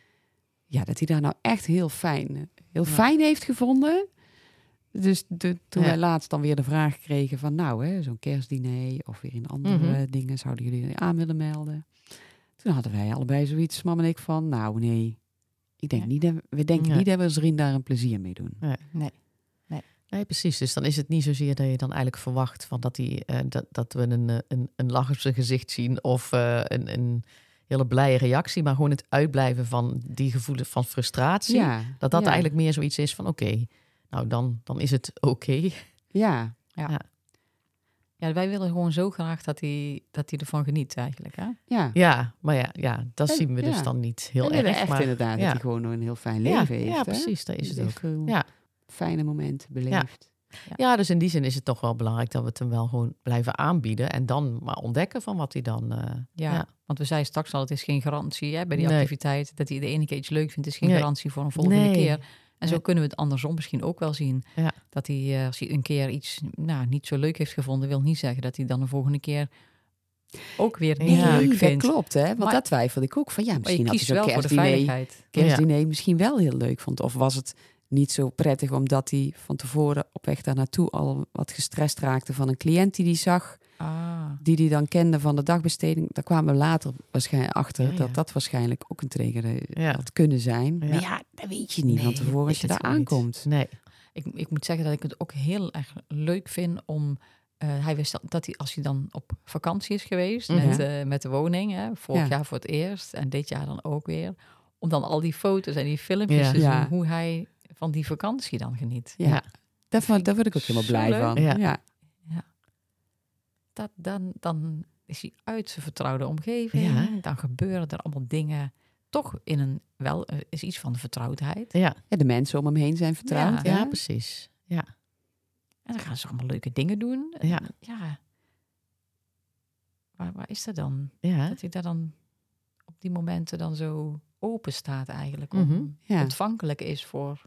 [SPEAKER 2] Ja, dat hij daar nou echt heel fijn... Heel
[SPEAKER 3] Ja.
[SPEAKER 2] fijn heeft gevonden... Dus de, toen
[SPEAKER 3] Ja.
[SPEAKER 2] wij laatst dan weer de vraag kregen van... nou, hè, zo'n kerstdiner of weer in andere
[SPEAKER 3] Mm-hmm.
[SPEAKER 2] dingen... zouden jullie er aan willen melden? Toen hadden wij allebei zoiets, mam en ik, van... nou, nee, ik denk
[SPEAKER 1] Ja.
[SPEAKER 2] niet dat, we denken
[SPEAKER 3] Nee.
[SPEAKER 2] niet dat we als vriend daar een plezier mee doen.
[SPEAKER 3] Nee.
[SPEAKER 1] Nee.
[SPEAKER 3] Nee, precies. Dus dan is het niet zozeer dat je dan eigenlijk verwacht van dat, die, uh, dat, dat we een, uh, een, een lach op zijn gezicht zien of uh, een, een hele blije reactie, maar gewoon het uitblijven van die gevoelens van frustratie.
[SPEAKER 2] Ja,
[SPEAKER 3] Dat dat
[SPEAKER 2] ja.
[SPEAKER 3] eigenlijk meer zoiets is van oké, okay, nou dan, dan is het oké. Okay.
[SPEAKER 2] Ja,
[SPEAKER 1] Ja.
[SPEAKER 3] Ja.
[SPEAKER 1] Ja, wij willen gewoon zo graag dat hij, dat hij ervan geniet eigenlijk. Hè?
[SPEAKER 2] ja.
[SPEAKER 3] Ja, maar ja, ja dat
[SPEAKER 2] En-
[SPEAKER 3] zien we dus
[SPEAKER 2] ja.
[SPEAKER 3] dan niet heel
[SPEAKER 2] We willen
[SPEAKER 3] erg.
[SPEAKER 2] echt
[SPEAKER 3] maar,
[SPEAKER 2] inderdaad
[SPEAKER 3] ja.
[SPEAKER 2] dat hij gewoon een heel fijn
[SPEAKER 3] ja,
[SPEAKER 2] leven heeft.
[SPEAKER 3] ja,
[SPEAKER 2] hè?
[SPEAKER 3] precies, dat is het
[SPEAKER 2] Dus
[SPEAKER 3] ook.
[SPEAKER 2] echt veel
[SPEAKER 3] Ja.
[SPEAKER 2] fijne momenten beleefd.
[SPEAKER 3] Ja, dus in die zin is het toch wel belangrijk dat we het hem wel gewoon blijven aanbieden en dan maar ontdekken van wat hij dan... Uh,
[SPEAKER 1] Ja,
[SPEAKER 3] ja.
[SPEAKER 1] want we zeiden straks al, het is geen garantie hè, bij die
[SPEAKER 3] Nee.
[SPEAKER 1] activiteit. Dat hij de ene keer iets leuk vindt, is geen
[SPEAKER 3] Nee.
[SPEAKER 1] garantie voor een volgende
[SPEAKER 3] Nee.
[SPEAKER 1] keer. En zo
[SPEAKER 3] Nee.
[SPEAKER 1] kunnen we het andersom misschien ook wel zien.
[SPEAKER 3] Ja.
[SPEAKER 1] Dat hij, uh, als hij een keer iets nou, niet zo leuk heeft gevonden, wil niet zeggen dat hij dan de volgende keer ook weer niet
[SPEAKER 3] Ja,
[SPEAKER 1] leuk
[SPEAKER 2] dat
[SPEAKER 1] vindt.
[SPEAKER 2] klopt, hè? Want
[SPEAKER 1] Maar-
[SPEAKER 2] dat twijfelde ik ook van. Ja,
[SPEAKER 1] Maar je
[SPEAKER 2] misschien had hij
[SPEAKER 1] kiest
[SPEAKER 2] zo'n
[SPEAKER 1] wel voor de
[SPEAKER 2] kerstdiner,
[SPEAKER 1] veiligheid.
[SPEAKER 2] kerstdiner misschien wel heel leuk vond. Of was het niet zo prettig omdat hij van tevoren op weg daar naartoe al wat gestrest raakte van een cliënt die hij zag,
[SPEAKER 1] Ah,
[SPEAKER 2] die hij dan kende van de dagbesteding. Daar kwamen we later waarschijnlijk achter
[SPEAKER 3] Ja, ja.
[SPEAKER 2] dat dat waarschijnlijk ook een trigger eh,
[SPEAKER 3] Ja.
[SPEAKER 2] had kunnen zijn.
[SPEAKER 3] Ja.
[SPEAKER 2] Maar ja, dat weet je niet
[SPEAKER 3] Nee,
[SPEAKER 2] van tevoren als je
[SPEAKER 3] weet
[SPEAKER 2] daar
[SPEAKER 3] het ook niet.
[SPEAKER 2] aankomt.
[SPEAKER 3] Nee.
[SPEAKER 1] ik, ik moet zeggen dat ik het ook heel erg leuk vind om... Uh, hij wist dat, dat hij, als hij dan op vakantie is geweest
[SPEAKER 3] Mhm.
[SPEAKER 1] met, uh, met de woning, hè, vorig
[SPEAKER 2] Ja.
[SPEAKER 1] jaar voor het eerst en dit jaar dan ook weer, om dan al die foto's en die filmpjes
[SPEAKER 3] Ja.
[SPEAKER 1] te
[SPEAKER 2] Ja.
[SPEAKER 1] zien hoe hij van die vakantie dan geniet.
[SPEAKER 2] Ja,
[SPEAKER 3] Ja.
[SPEAKER 2] Daar, vond- daar word ik ook helemaal
[SPEAKER 1] Zo
[SPEAKER 2] blij
[SPEAKER 1] leuk.
[SPEAKER 2] van.
[SPEAKER 3] Ja.
[SPEAKER 2] Ja.
[SPEAKER 1] Dat, dan, dan is hij uit zijn vertrouwde omgeving.
[SPEAKER 3] Ja.
[SPEAKER 1] Dan gebeuren er allemaal dingen. Toch in een wel uh, is iets van de vertrouwdheid.
[SPEAKER 3] Ja.
[SPEAKER 2] Ja, de mensen om hem heen zijn vertrouwd.
[SPEAKER 1] Ja.
[SPEAKER 2] hè?
[SPEAKER 3] Ja, precies. Ja.
[SPEAKER 1] En dan gaan ze allemaal leuke dingen doen. En,
[SPEAKER 3] Ja.
[SPEAKER 1] ja. Waar, waar is dat dan?
[SPEAKER 3] Ja.
[SPEAKER 1] Dat hij daar dan op die momenten dan zo open staat eigenlijk. Om
[SPEAKER 3] Mhm.
[SPEAKER 2] Ja.
[SPEAKER 1] ontvankelijk is voor...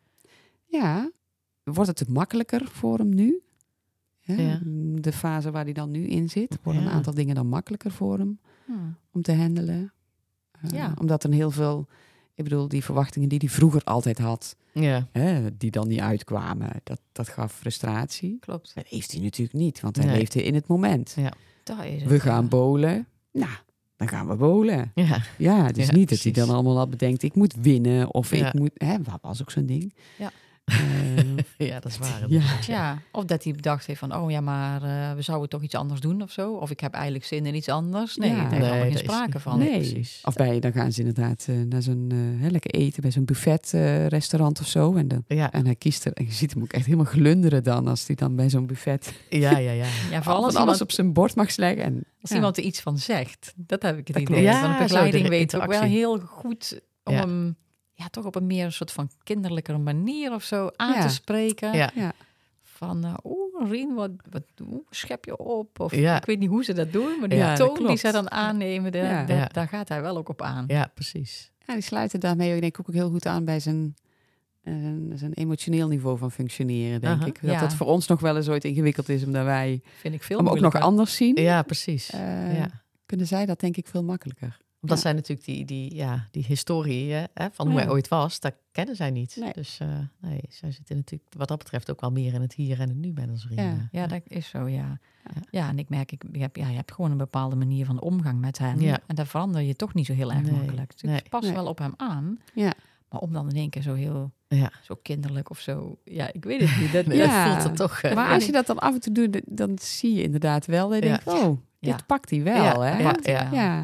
[SPEAKER 2] Ja, wordt het te makkelijker voor hem nu? Ja,
[SPEAKER 3] Ja.
[SPEAKER 2] De fase waar hij dan nu in zit, worden
[SPEAKER 3] Ja.
[SPEAKER 2] een aantal dingen dan makkelijker voor hem
[SPEAKER 1] Hmm.
[SPEAKER 2] om te handelen. Uh,
[SPEAKER 1] Ja.
[SPEAKER 2] Omdat er heel veel, ik bedoel, die verwachtingen die hij vroeger altijd had,
[SPEAKER 3] Ja.
[SPEAKER 2] hè, die dan niet uitkwamen, dat, dat gaf frustratie.
[SPEAKER 1] Klopt.
[SPEAKER 2] Dat heeft hij natuurlijk niet, want hij
[SPEAKER 3] Nee.
[SPEAKER 2] leefde in het moment.
[SPEAKER 3] Ja.
[SPEAKER 1] Daar is het.
[SPEAKER 2] We gaan bowlen. Nou, dan gaan we bowlen.
[SPEAKER 3] Ja.
[SPEAKER 2] Ja, het is
[SPEAKER 3] Ja,
[SPEAKER 2] niet dat hij
[SPEAKER 3] precies.
[SPEAKER 2] dan allemaal had bedenkt, ik moet winnen of
[SPEAKER 3] Ja.
[SPEAKER 2] ik moet, hè, wat was ook zo'n ding.
[SPEAKER 1] Ja.
[SPEAKER 2] Uh,
[SPEAKER 3] Ja, dat is waar.
[SPEAKER 2] ja.
[SPEAKER 3] inderdaad,
[SPEAKER 1] Ja, of dat hij bedacht heeft van, oh ja, maar uh, we zouden toch iets anders doen of zo. Of ik heb eigenlijk zin in iets anders. Nee,
[SPEAKER 2] Ja.
[SPEAKER 1] daar
[SPEAKER 3] Nee,
[SPEAKER 1] is allemaal geen
[SPEAKER 3] dat is-
[SPEAKER 1] sprake van.
[SPEAKER 2] Nee,
[SPEAKER 3] precies.
[SPEAKER 2] Of bij, dan gaan ze inderdaad uh, naar zo'n uh, hè, lekker eten bij zo'n buffet uh, restaurant of zo. En, dan,
[SPEAKER 3] Ja.
[SPEAKER 2] en hij kiest er, en je ziet hem ook echt helemaal glunderen dan, als hij dan bij zo'n buffet
[SPEAKER 3] Ja, ja, ja.
[SPEAKER 1] Ja, vooral
[SPEAKER 2] van
[SPEAKER 1] als
[SPEAKER 2] alles
[SPEAKER 1] iemand,
[SPEAKER 2] op zijn bord mag leggen. En,
[SPEAKER 1] als
[SPEAKER 2] ja.
[SPEAKER 1] iemand er iets van zegt. Dat heb ik het
[SPEAKER 2] Dat
[SPEAKER 1] idee.
[SPEAKER 3] klopt.
[SPEAKER 1] Van
[SPEAKER 3] Ja,
[SPEAKER 1] de begeleiding
[SPEAKER 3] zo, de
[SPEAKER 1] weet ook wel
[SPEAKER 3] interactie.
[SPEAKER 1] heel goed om
[SPEAKER 3] Ja.
[SPEAKER 1] hem ja, toch op een meer een soort van kinderlijke manier of zo aan
[SPEAKER 2] Ja.
[SPEAKER 1] te spreken.
[SPEAKER 3] Ja.
[SPEAKER 2] Ja.
[SPEAKER 1] Van, uh, oeh, Rien, wat, wat oeh, schep je op? Of
[SPEAKER 3] Ja.
[SPEAKER 1] ik weet niet hoe ze dat doen, maar die
[SPEAKER 2] Ja, dat
[SPEAKER 1] toon die
[SPEAKER 2] klopt.
[SPEAKER 1] ze dan aannemen, daar,
[SPEAKER 2] Ja.
[SPEAKER 1] daar,
[SPEAKER 3] Ja.
[SPEAKER 1] daar gaat hij wel ook op aan.
[SPEAKER 3] Ja, precies.
[SPEAKER 2] Ja, die sluiten daarmee denk ik ook heel goed aan bij zijn, uh, zijn emotioneel niveau van functioneren, denk
[SPEAKER 3] Aha.
[SPEAKER 2] ik. Dat
[SPEAKER 1] Ja.
[SPEAKER 2] dat voor ons nog wel eens ooit ingewikkeld is, omdat wij
[SPEAKER 1] Vind ik veel
[SPEAKER 2] hem ook nog
[SPEAKER 1] moeilijker.
[SPEAKER 2] anders zien.
[SPEAKER 3] Ja, precies.
[SPEAKER 2] Uh,
[SPEAKER 3] ja.
[SPEAKER 2] Kunnen zij dat denk ik veel makkelijker.
[SPEAKER 3] Omdat
[SPEAKER 2] Ja.
[SPEAKER 3] zij natuurlijk die, die, ja, die historie hè, van hoe
[SPEAKER 2] Ja.
[SPEAKER 3] hij ooit was, dat kennen zij niet.
[SPEAKER 2] Nee.
[SPEAKER 3] Dus uh, nee, zij zitten natuurlijk wat dat betreft ook wel meer in het hier en het nu met ons vrienden.
[SPEAKER 2] Ja.
[SPEAKER 1] Ja, dat is zo, ja.
[SPEAKER 3] Ja.
[SPEAKER 1] Ja, en ik merk, ik, je, hebt, ja, je hebt gewoon een bepaalde manier van omgang met hem.
[SPEAKER 3] Ja.
[SPEAKER 1] En daar verander je toch niet zo heel erg
[SPEAKER 3] Nee,
[SPEAKER 1] makkelijk. Dus
[SPEAKER 3] nee.
[SPEAKER 1] ik pas
[SPEAKER 2] Nee.
[SPEAKER 1] wel op hem aan.
[SPEAKER 2] Ja.
[SPEAKER 1] Maar om dan in één keer zo heel
[SPEAKER 3] Ja.
[SPEAKER 1] zo kinderlijk of zo... Ja, ik weet het niet. Dat,
[SPEAKER 3] Nee,
[SPEAKER 2] Ja.
[SPEAKER 3] dat voelt het toch. uh,
[SPEAKER 2] Maar als je dat dan af en toe doet, dan zie je inderdaad wel dat je
[SPEAKER 3] Ja.
[SPEAKER 2] denkt, oh, dit
[SPEAKER 1] Ja.
[SPEAKER 2] pakt hij wel,
[SPEAKER 3] Ja,
[SPEAKER 2] hè?
[SPEAKER 3] ja,
[SPEAKER 1] Pakt hij
[SPEAKER 3] ja.
[SPEAKER 1] wel.
[SPEAKER 2] Ja.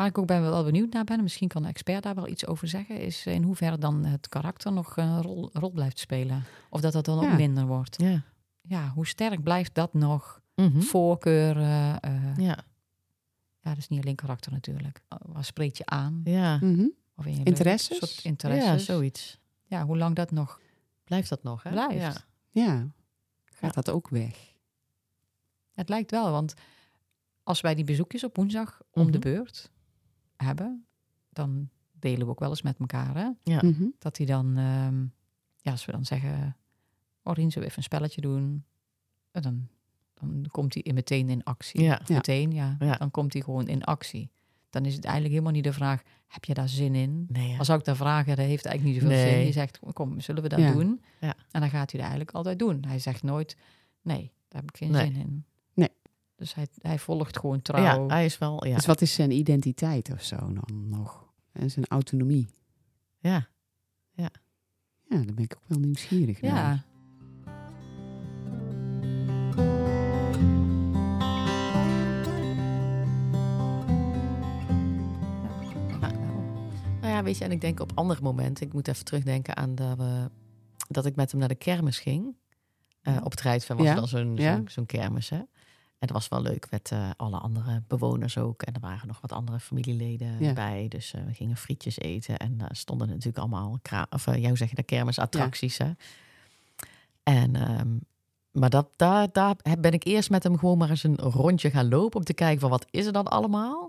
[SPEAKER 1] Waar ik ook ben wel benieuwd naar ben, misschien kan de expert daar wel iets over zeggen, is in hoeverre dan het karakter nog een rol, rol blijft spelen. Of dat dat dan
[SPEAKER 2] Ja.
[SPEAKER 1] ook minder wordt.
[SPEAKER 3] Ja.
[SPEAKER 1] Ja, hoe sterk blijft dat nog?
[SPEAKER 3] Mm-hmm.
[SPEAKER 1] Voorkeuren. Uh,
[SPEAKER 3] Ja.
[SPEAKER 1] ja, dat is niet alleen karakter natuurlijk. Waar spreek je aan?
[SPEAKER 3] Ja.
[SPEAKER 2] Mm-hmm.
[SPEAKER 1] Of in je
[SPEAKER 2] Interesses?
[SPEAKER 1] Een soort interesses.
[SPEAKER 3] Ja, zoiets.
[SPEAKER 1] Ja, hoe lang dat nog
[SPEAKER 3] Blijft dat nog, hè?
[SPEAKER 1] blijft.
[SPEAKER 3] Ja.
[SPEAKER 2] Ja, gaat dat ook weg?
[SPEAKER 1] Het lijkt wel, want als wij die bezoekjes op woensdag om
[SPEAKER 3] Mhm.
[SPEAKER 1] de beurt hebben, dan delen we ook wel eens met elkaar. Hè?
[SPEAKER 3] Ja.
[SPEAKER 2] Mm-hmm.
[SPEAKER 1] Dat hij dan, um, ja, als we dan zeggen, oh Rien, zullen we even een spelletje doen? En dan, dan komt hij meteen in actie.
[SPEAKER 3] Ja.
[SPEAKER 2] Ja.
[SPEAKER 1] Meteen, ja.
[SPEAKER 3] Ja.
[SPEAKER 1] Dan komt hij gewoon in actie. Dan is het eigenlijk helemaal niet de vraag, heb je daar zin in?
[SPEAKER 3] Nee, ja.
[SPEAKER 1] Als ik daar vragen, dat heeft eigenlijk niet zoveel
[SPEAKER 3] Nee.
[SPEAKER 1] zin. Je zegt, kom, zullen we dat
[SPEAKER 2] Ja.
[SPEAKER 1] doen?
[SPEAKER 3] Ja.
[SPEAKER 1] En dan gaat hij dat eigenlijk altijd doen. Hij zegt nooit, nee, daar heb ik geen
[SPEAKER 3] Nee.
[SPEAKER 1] zin in.
[SPEAKER 2] Nee.
[SPEAKER 1] Dus hij, hij volgt gewoon trouw.
[SPEAKER 3] Ja, hij is wel... Ja.
[SPEAKER 2] Dus wat is zijn identiteit of zo dan nog? En zijn autonomie?
[SPEAKER 3] Ja.
[SPEAKER 2] Ja, daar ben ik ook wel nieuwsgierig naar.
[SPEAKER 1] Ja.
[SPEAKER 3] Nou ja, weet je, en ik denk op andere momenten... Ik moet even terugdenken aan dat, we, dat ik met hem naar de kermis ging. Uh, op het Rijtveld was
[SPEAKER 2] Ja.
[SPEAKER 3] er dan zo'n,
[SPEAKER 2] Ja.
[SPEAKER 3] zo'n, zo'n kermis, hè. En dat was wel leuk met uh, alle andere bewoners ook. En er waren nog wat andere familieleden
[SPEAKER 2] Ja.
[SPEAKER 3] bij. Dus uh, we gingen frietjes eten. En uh, stonden natuurlijk allemaal... Kra- of uh, jou zeg je, de kermisattracties, ja. Hè. En... Um, maar dat, daar, daar ben ik eerst met hem gewoon maar eens een rondje gaan lopen... om te kijken van wat is er dan allemaal.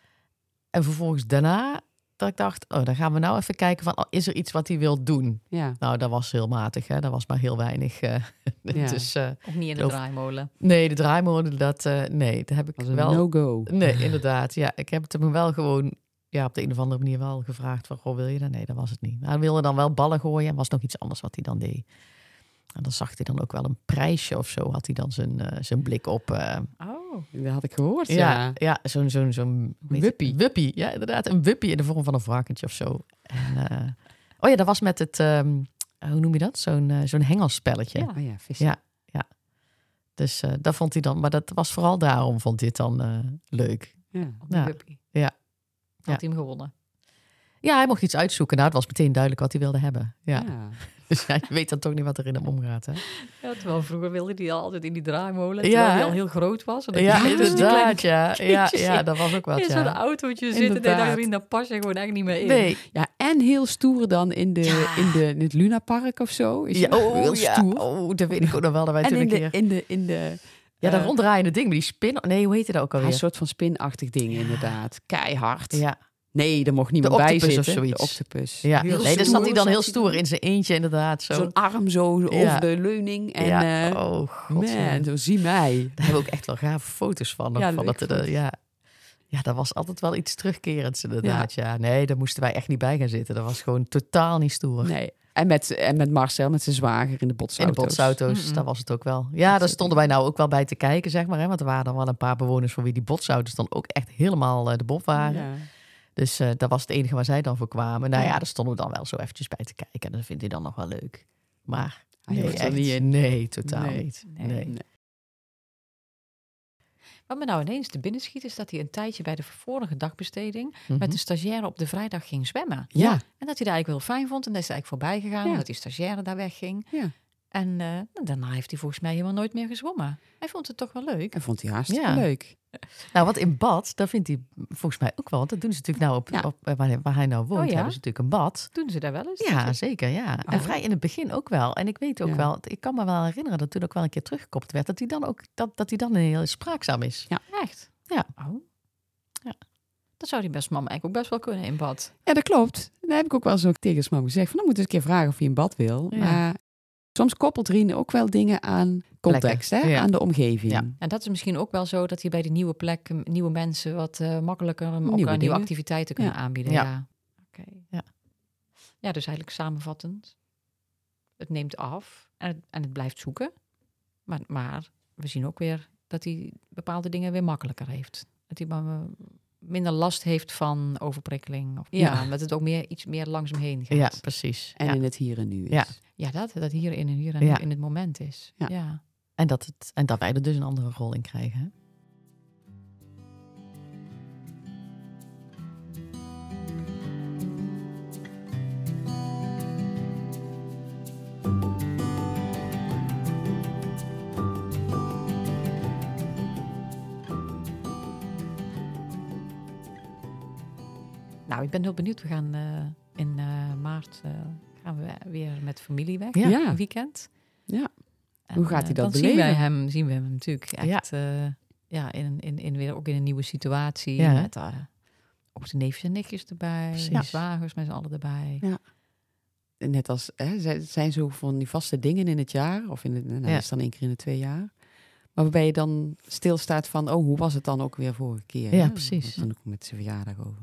[SPEAKER 3] En vervolgens daarna... dat ik dacht, oh, dan gaan we nou even kijken van... Oh, is er iets wat hij wil doen?
[SPEAKER 2] Ja.
[SPEAKER 3] Nou, dat was heel matig, hè. Dat was maar heel weinig. Uh,
[SPEAKER 2] Ja.
[SPEAKER 3] dus, uh,
[SPEAKER 1] Ook niet in de
[SPEAKER 3] of,
[SPEAKER 1] draaimolen.
[SPEAKER 3] Nee, de draaimolen, dat... Uh, nee, dat heb ik
[SPEAKER 2] was een
[SPEAKER 3] wel...
[SPEAKER 2] no-go.
[SPEAKER 3] Nee, inderdaad. Ja, ik heb het hem wel gewoon... Ja, op de een of andere manier wel gevraagd van... Goh, wil je dat? Nee, dat was het niet. Maar hij wilde dan wel ballen gooien... en was nog iets anders wat hij dan deed. En dan zag hij dan ook wel een prijsje of zo... had hij dan zijn, uh, zijn blik op... Uh,
[SPEAKER 1] oh,
[SPEAKER 2] dat had ik gehoord, ja.
[SPEAKER 3] Ja, ja zo'n... zo'n, zo'n
[SPEAKER 2] wuppie.
[SPEAKER 3] Wuppie, ja, inderdaad. Een wuppie in de vorm van een varkentje of zo. En, uh, oh ja, dat was met het... Um, hoe noem je dat? Zo'n, uh, zo'n hengelspelletje.
[SPEAKER 1] Ja.
[SPEAKER 2] Oh ja, vissen.
[SPEAKER 3] Ja, ja. Dus uh, dat vond hij dan... Maar dat was vooral daarom vond hij het dan uh, leuk.
[SPEAKER 2] Ja.
[SPEAKER 1] op de
[SPEAKER 3] Ja.
[SPEAKER 1] wuppie.
[SPEAKER 3] Ja.
[SPEAKER 1] Had
[SPEAKER 3] Ja.
[SPEAKER 1] hij hem gewonnen.
[SPEAKER 3] Ja, hij mocht iets uitzoeken. Nou, het was meteen duidelijk wat hij wilde hebben. Ja.
[SPEAKER 2] Ja.
[SPEAKER 3] Dus hij weet dan toch niet wat er in hem omgaat, hè?
[SPEAKER 1] Ja, terwijl vroeger wilde hij altijd in die draaimolen.
[SPEAKER 3] Ja,
[SPEAKER 1] Terwijl hij
[SPEAKER 3] hè?
[SPEAKER 1] al heel groot was. En dan
[SPEAKER 3] Ja,
[SPEAKER 1] kon hij dus die
[SPEAKER 3] inderdaad.
[SPEAKER 1] kleine
[SPEAKER 3] Ja. Ja,
[SPEAKER 1] kindjes
[SPEAKER 3] ja,
[SPEAKER 1] in-
[SPEAKER 3] dat was ook wat,
[SPEAKER 1] in zo'n
[SPEAKER 3] ja.
[SPEAKER 1] autootje zitten. En
[SPEAKER 2] Inderdaad.
[SPEAKER 1] daarin, daar pas je gewoon echt niet meer in.
[SPEAKER 3] Nee.
[SPEAKER 2] Ja, en heel stoer dan in, de,
[SPEAKER 3] Ja.
[SPEAKER 2] in, de, in het Lunapark of zo. Is
[SPEAKER 3] Ja,
[SPEAKER 2] hij
[SPEAKER 3] oh,
[SPEAKER 2] heel
[SPEAKER 3] ja.
[SPEAKER 2] stoer.
[SPEAKER 3] Oh, dat weet ik ook nog wel. Dat wij
[SPEAKER 2] En
[SPEAKER 3] toen
[SPEAKER 2] in
[SPEAKER 3] een
[SPEAKER 2] de,
[SPEAKER 3] keer...
[SPEAKER 2] in de, in de
[SPEAKER 3] Ja, dat
[SPEAKER 2] eh,
[SPEAKER 3] ronddraaiende ding met die spin... Nee, hoe heette dat ook
[SPEAKER 2] ja,
[SPEAKER 3] alweer?
[SPEAKER 2] een soort van spinachtig ding inderdaad. Keihard.
[SPEAKER 3] Ja,
[SPEAKER 2] Nee, er mocht niemand
[SPEAKER 3] De
[SPEAKER 2] bij
[SPEAKER 3] octopus of
[SPEAKER 2] zitten.
[SPEAKER 3] zoiets.
[SPEAKER 2] De octopus.
[SPEAKER 3] ja.
[SPEAKER 2] Heel
[SPEAKER 3] Nee, dan
[SPEAKER 2] stoer
[SPEAKER 3] zat hij dan heel
[SPEAKER 2] zat
[SPEAKER 3] stoer in zijn eentje inderdaad. Zo.
[SPEAKER 2] Zo'n arm zo
[SPEAKER 3] Ja.
[SPEAKER 2] over de leuning. En
[SPEAKER 3] ja.
[SPEAKER 2] eh,
[SPEAKER 3] oh, god.
[SPEAKER 2] man, zo zie mij.
[SPEAKER 3] Daar hebben we ook echt wel gave foto's van.
[SPEAKER 2] Ja,
[SPEAKER 3] van
[SPEAKER 2] leuk
[SPEAKER 3] dat er,
[SPEAKER 2] foto's.
[SPEAKER 3] ja. ja, dat was altijd wel iets terugkerends inderdaad. Ja. Nee, daar moesten wij echt niet bij gaan zitten. Dat was gewoon totaal niet stoer.
[SPEAKER 2] Nee. En met, en met Marcel, met zijn zwager in de
[SPEAKER 3] In de
[SPEAKER 2] botsauto's.
[SPEAKER 3] botsauto's,
[SPEAKER 1] Mm-mm.
[SPEAKER 3] dat was het ook wel. Ja, daar stonden wij nou ook wel bij te kijken, zeg maar. Hè? Want er waren dan wel een paar bewoners voor wie die botsauto's dan ook echt helemaal uh, de bof waren.
[SPEAKER 2] Ja.
[SPEAKER 3] Dus uh, dat was het enige waar zij dan voor kwamen. Nou ja,
[SPEAKER 2] Ja.
[SPEAKER 3] daar stonden we dan wel zo eventjes bij te kijken. En dat vindt hij dan nog wel leuk. Maar
[SPEAKER 2] Hij
[SPEAKER 3] nee,
[SPEAKER 2] hoeft er
[SPEAKER 3] echt,
[SPEAKER 2] niet in.
[SPEAKER 3] nee, totaal
[SPEAKER 2] Nee.
[SPEAKER 3] niet.
[SPEAKER 1] Nee.
[SPEAKER 3] Nee.
[SPEAKER 2] Nee.
[SPEAKER 1] Wat me nou ineens te binnen schiet, is dat hij een tijdje bij de vorige dagbesteding
[SPEAKER 3] Mhm.
[SPEAKER 1] met de stagiaire op de vrijdag ging zwemmen.
[SPEAKER 3] Ja,
[SPEAKER 1] En dat hij dat eigenlijk heel fijn vond. En dat is hij eigenlijk voorbij gegaan,
[SPEAKER 2] Ja.
[SPEAKER 1] omdat die stagiaire daar wegging.
[SPEAKER 2] Ja.
[SPEAKER 1] En uh, nou, daarna heeft hij volgens mij helemaal nooit meer gezwommen. Hij vond het toch wel leuk.
[SPEAKER 2] En vond hij hartstikke
[SPEAKER 3] Ja.
[SPEAKER 2] leuk.
[SPEAKER 3] nou wat in bad, dat vindt hij volgens mij ook wel. Want dat doen ze natuurlijk nou op,
[SPEAKER 2] Ja.
[SPEAKER 3] op uh, waar, waar hij nou woont,
[SPEAKER 1] Oh ja?
[SPEAKER 3] hebben ze natuurlijk een bad.
[SPEAKER 1] Doen ze daar wel eens?
[SPEAKER 3] Ja, zeker, ja. En
[SPEAKER 2] Oh.
[SPEAKER 3] vrij in het begin ook wel. En ik weet ook
[SPEAKER 2] Ja.
[SPEAKER 3] wel, ik kan me wel herinneren dat toen ook wel een keer teruggekoppeld werd, dat hij dan ook dat, dat hij dan heel spraakzaam is.
[SPEAKER 2] Ja.
[SPEAKER 1] Echt?
[SPEAKER 3] Ja.
[SPEAKER 1] Oh.
[SPEAKER 3] Ja.
[SPEAKER 1] Dat zou die best mama eigenlijk ook best wel kunnen in bad.
[SPEAKER 2] Ja, dat klopt. Daar heb ik ook wel zo tegen zijn mam gezegd. Van, dan moet je eens een keer vragen of hij in bad wil.
[SPEAKER 3] Ja.
[SPEAKER 2] Maar soms koppelt Rien ook wel dingen aan context, hè?
[SPEAKER 3] Ja.
[SPEAKER 2] Aan de omgeving.
[SPEAKER 3] Ja.
[SPEAKER 1] En dat is misschien ook wel zo dat hij bij die nieuwe plek, m, nieuwe mensen wat uh, makkelijker um, ook
[SPEAKER 2] Nieuwe
[SPEAKER 1] nieuwe, nieuwe
[SPEAKER 2] dingen.
[SPEAKER 1] activiteiten kunnen
[SPEAKER 2] Ja.
[SPEAKER 1] aanbieden.
[SPEAKER 3] Ja.
[SPEAKER 1] Ja. Oké.
[SPEAKER 3] Ja.
[SPEAKER 1] Ja, dus eigenlijk samenvattend. Het neemt af en het, en het blijft zoeken. Maar, maar we zien ook weer dat hij bepaalde dingen weer makkelijker heeft. Dat hij maar, uh, minder last heeft van overprikkeling. Of, ja.
[SPEAKER 2] Ja.
[SPEAKER 1] ja, dat het ook meer, iets meer langs hem heen gaat.
[SPEAKER 3] Ja, precies.
[SPEAKER 2] En
[SPEAKER 3] ja.
[SPEAKER 2] in het hier en nu is.
[SPEAKER 3] Ja.
[SPEAKER 1] Ja, dat, dat hier in en hier en
[SPEAKER 3] Ja.
[SPEAKER 1] nu in het moment is.
[SPEAKER 2] Ja.
[SPEAKER 1] Ja.
[SPEAKER 3] En, dat het, en dat wij er dus een andere rol in krijgen. Hè?
[SPEAKER 1] Nou, ik ben heel benieuwd. We gaan uh, in uh, maart uh, gaan we weer met familie weg.
[SPEAKER 2] Ja.
[SPEAKER 1] Een weekend.
[SPEAKER 2] Ja.
[SPEAKER 1] En,
[SPEAKER 2] Hoe gaat hij dat
[SPEAKER 1] uh, dan
[SPEAKER 2] beleven?
[SPEAKER 1] Zien we hem, zien we hem natuurlijk echt ja. Uh, ja, in, in, in weer ook in een nieuwe situatie. Ja. Met uh, ook de neefjes en nichtjes erbij. Precies. De zwagers met z'n allen erbij.
[SPEAKER 2] Ja. Net als, hè, het zijn zo van die vaste dingen in het jaar. Of in het, nou, ja. is dan één keer in de twee jaar. Maar waarbij je dan stilstaat van, oh, hoe was het dan ook weer vorige keer?
[SPEAKER 3] Ja,
[SPEAKER 2] hè?
[SPEAKER 3] precies.
[SPEAKER 2] Dan ook met zijn verjaardag over.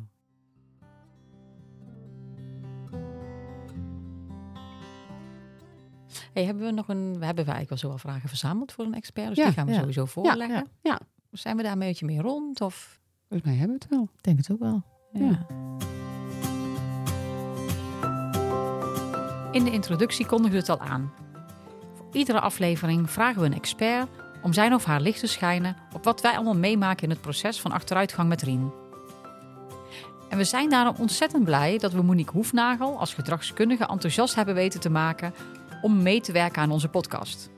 [SPEAKER 1] Hey, hebben we nog een, we hebben eigenlijk wel zo wel vragen verzameld voor een expert, dus
[SPEAKER 2] ja,
[SPEAKER 1] die gaan we
[SPEAKER 2] ja.
[SPEAKER 1] sowieso voorleggen.
[SPEAKER 2] Ja, ja, ja.
[SPEAKER 1] Zijn we daar een beetje mee rond? Of?
[SPEAKER 2] Volgens mij hebben we het wel.
[SPEAKER 3] Ik denk het ook wel.
[SPEAKER 1] Ja. Ja. In de introductie kondigde het al aan. Voor iedere aflevering vragen we een expert om zijn of haar licht te schijnen op wat wij allemaal meemaken in het proces van achteruitgang met Rien. En we zijn daarom ontzettend blij dat we Monique Hoefnagel als gedragskundige enthousiast hebben weten te maken om mee te werken aan onze podcast.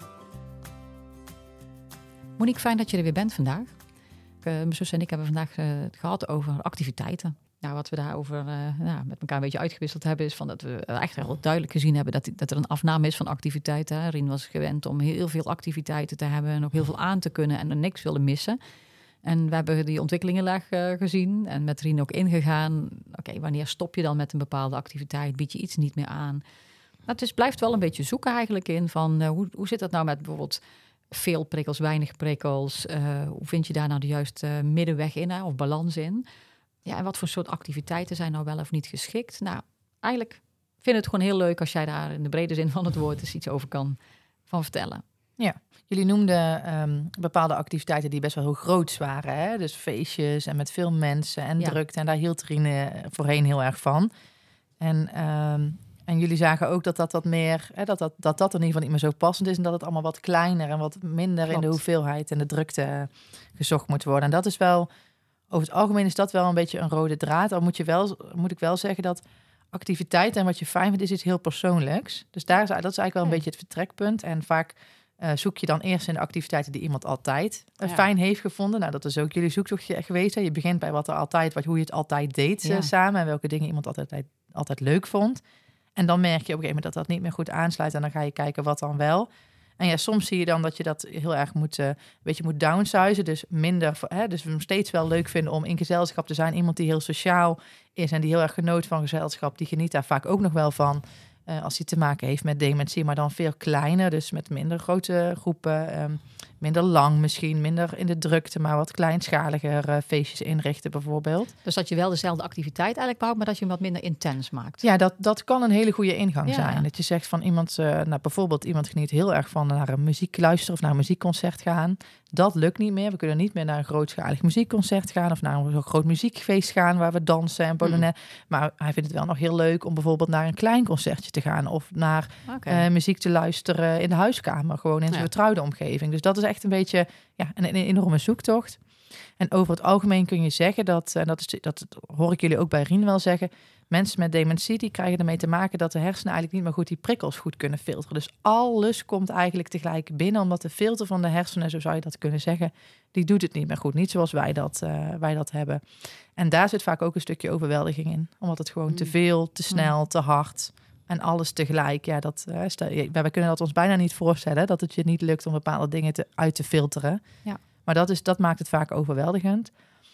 [SPEAKER 1] Monique, fijn dat je er weer bent vandaag. Uh, mijn zus en ik hebben vandaag uh, het gehad over activiteiten. Nou, wat we daarover uh, nou, met elkaar een beetje uitgewisseld hebben, is van dat we echt heel duidelijk gezien hebben dat, dat er een afname is van activiteiten. Hè. Rien was gewend om heel veel activiteiten te hebben en ook heel veel aan te kunnen en er niks willen missen. En we hebben die ontwikkelingenlaag uh, gezien en met Rien ook ingegaan. Oké, okay, wanneer stop je dan met een bepaalde activiteit? Bied je iets niet meer aan? Maar het is, blijft wel een beetje zoeken eigenlijk in van uh, hoe, hoe zit dat nou met bijvoorbeeld veel prikkels, weinig prikkels? Uh, hoe vind je daar nou de juiste uh, middenweg in hè, of balans in? Ja, en wat voor soort activiteiten zijn nou wel of niet geschikt? Nou, eigenlijk vind ik het gewoon heel leuk als jij daar in de brede zin van het woord eens iets over kan van vertellen.
[SPEAKER 4] Ja, jullie noemden um, bepaalde activiteiten die best wel heel groot waren. Hè? Dus feestjes en met veel mensen en ja. drukte. En daar hield Rien voorheen heel erg van. En, um, en jullie zagen ook dat dat wat meer, hè, dat, dat, dat dat in ieder geval niet meer zo passend is. En dat het allemaal wat kleiner en wat minder Klopt. in de hoeveelheid en de drukte gezocht moet worden. En dat is wel, over het algemeen is dat wel een beetje een rode draad. Al moet, je wel, moet ik wel zeggen dat activiteit en wat je fijn vindt is iets heel persoonlijks. Dus daar is, dat is eigenlijk wel een ja. beetje het vertrekpunt. En vaak Uh, zoek je dan eerst in de activiteiten die iemand altijd uh, ja. fijn heeft gevonden. Nou, dat is ook jullie zoektochtje geweest. Hè? Je begint bij wat er altijd, wat, hoe je het altijd deed ja. uh, samen. En welke dingen iemand altijd, altijd leuk vond. En dan merk je op een gegeven moment dat dat niet meer goed aansluit. En dan ga je kijken wat dan wel. En ja, soms zie je dan dat je dat heel erg moet, uh, een beetje moet downsizen. Dus minder, hè? Dus we hem steeds wel leuk vinden om in gezelschap te zijn. Iemand die heel sociaal is en die heel erg genoot van gezelschap. Die geniet daar vaak ook nog wel van. Uh, als hij te maken heeft met dementie, maar dan veel kleiner. Dus met minder grote groepen, um, minder lang misschien, minder in de drukte, maar wat kleinschaliger uh, feestjes inrichten bijvoorbeeld.
[SPEAKER 1] Dus dat je wel dezelfde activiteit eigenlijk behoudt, maar dat je hem wat minder intens maakt.
[SPEAKER 4] Ja, dat, dat kan een hele goede ingang ja. zijn. Dat je zegt van iemand, uh, nou bijvoorbeeld iemand geniet heel erg van naar een muziek luisteren of naar een muziekconcert gaan. Dat lukt niet meer. We kunnen niet meer naar een grootschalig muziekconcert gaan of naar een groot muziekfeest gaan waar we dansen en polonaise. Mm. Maar hij vindt het wel nog heel leuk om bijvoorbeeld naar een klein concertje te gaan of naar okay. uh, muziek te luisteren in de huiskamer, gewoon in zijn ja. vertrouwde omgeving. Dus dat is echt een beetje ja, een, een enorme zoektocht. En over het algemeen kun je zeggen dat, en dat, is, dat hoor ik jullie ook bij Rien wel zeggen, mensen met dementie die krijgen ermee te maken dat de hersenen eigenlijk niet meer goed die prikkels goed kunnen filteren. Dus alles komt eigenlijk tegelijk binnen, omdat de filter van de hersenen, zo zou je dat kunnen zeggen, die doet het niet meer goed. Niet zoals wij dat, uh, wij dat hebben. En daar zit vaak ook een stukje overweldiging in. Omdat het gewoon mm. te veel, te snel, mm. te hard en alles tegelijk. Ja, dat, uh, stel, ja, wij kunnen dat ons bijna niet voorstellen, dat het je niet lukt om bepaalde dingen te, uit te filteren.
[SPEAKER 1] Ja.
[SPEAKER 4] Maar dat, is, dat maakt het vaak overweldigend.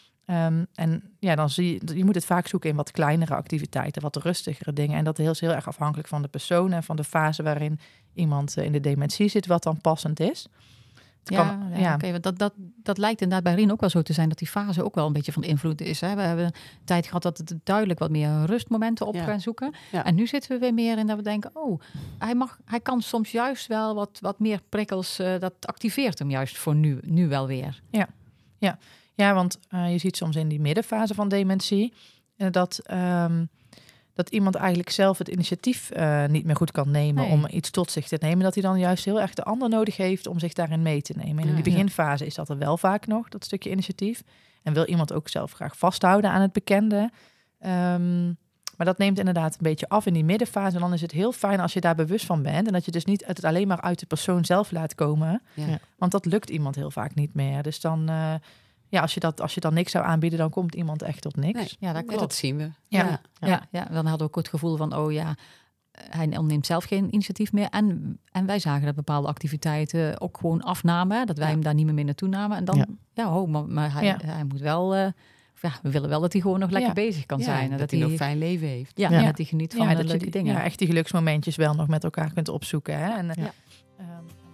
[SPEAKER 4] Um, en ja, dan zie je, je moet het vaak zoeken in wat kleinere activiteiten, wat rustigere dingen. En dat is heel, heel erg afhankelijk van de persoon en van de fase waarin iemand uh, in de dementie zit, wat dan passend is.
[SPEAKER 1] Het ja, kan, ja, ja. Okay, dat, dat, dat lijkt inderdaad bij Rien ook wel zo te zijn, dat die fase ook wel een beetje van invloed is. Hè? We hebben een tijd gehad dat het duidelijk wat meer rustmomenten op ja. gaan zoeken. Ja. En nu zitten we weer meer in dat we denken, oh, hij, mag, hij kan soms juist wel wat, wat meer prikkels, uh, dat activeert hem juist voor nu, nu wel weer.
[SPEAKER 4] Ja, ja. ja want uh, je ziet soms in die middenfase van dementie uh, dat... Um, dat iemand eigenlijk zelf het initiatief uh, niet meer goed kan nemen nee. om iets tot zich te nemen. Dat hij dan juist heel erg de ander nodig heeft om zich daarin mee te nemen. En in die beginfase is dat er wel vaak nog, dat stukje initiatief. En wil iemand ook zelf graag vasthouden aan het bekende. Um, maar dat neemt inderdaad een beetje af in die middenfase. En dan is het heel fijn als je daar bewust van bent. En dat je dus niet het alleen maar uit de persoon zelf laat komen. Ja. Want dat lukt iemand heel vaak niet meer. Dus dan... Uh, ja, als je, dat, als je dan niks zou aanbieden, dan komt iemand echt tot niks.
[SPEAKER 2] Nee,
[SPEAKER 1] Ja, dat
[SPEAKER 2] nee,
[SPEAKER 1] klopt.
[SPEAKER 2] dat zien we.
[SPEAKER 1] Ja,
[SPEAKER 2] Ja.
[SPEAKER 1] ja. Ja, ja. Dan hadden we ook het gevoel van, oh ja, hij neemt zelf geen initiatief meer. En, en wij zagen dat bepaalde activiteiten ook gewoon afnamen. Dat wij
[SPEAKER 2] Ja.
[SPEAKER 1] hem daar niet meer mee naartoe namen. En dan, ja,
[SPEAKER 3] Ja.
[SPEAKER 1] oh, maar, maar hij,
[SPEAKER 4] Ja.
[SPEAKER 1] hij moet wel... Uh, ja, we willen wel dat hij gewoon nog lekker
[SPEAKER 4] Ja.
[SPEAKER 1] bezig kan
[SPEAKER 2] Ja,
[SPEAKER 1] zijn. En
[SPEAKER 2] dat,
[SPEAKER 1] dat
[SPEAKER 2] hij
[SPEAKER 1] hij
[SPEAKER 2] nog een fijn leven heeft.
[SPEAKER 1] Ja,
[SPEAKER 3] Ja.
[SPEAKER 1] en dat hij geniet van
[SPEAKER 4] Ja,
[SPEAKER 1] de
[SPEAKER 4] dat
[SPEAKER 1] leuke
[SPEAKER 4] je,
[SPEAKER 1] dingen.
[SPEAKER 4] ja, echt die geluksmomentjes wel nog met elkaar kunt opzoeken. Hè? En,
[SPEAKER 1] Ja.
[SPEAKER 4] ehm,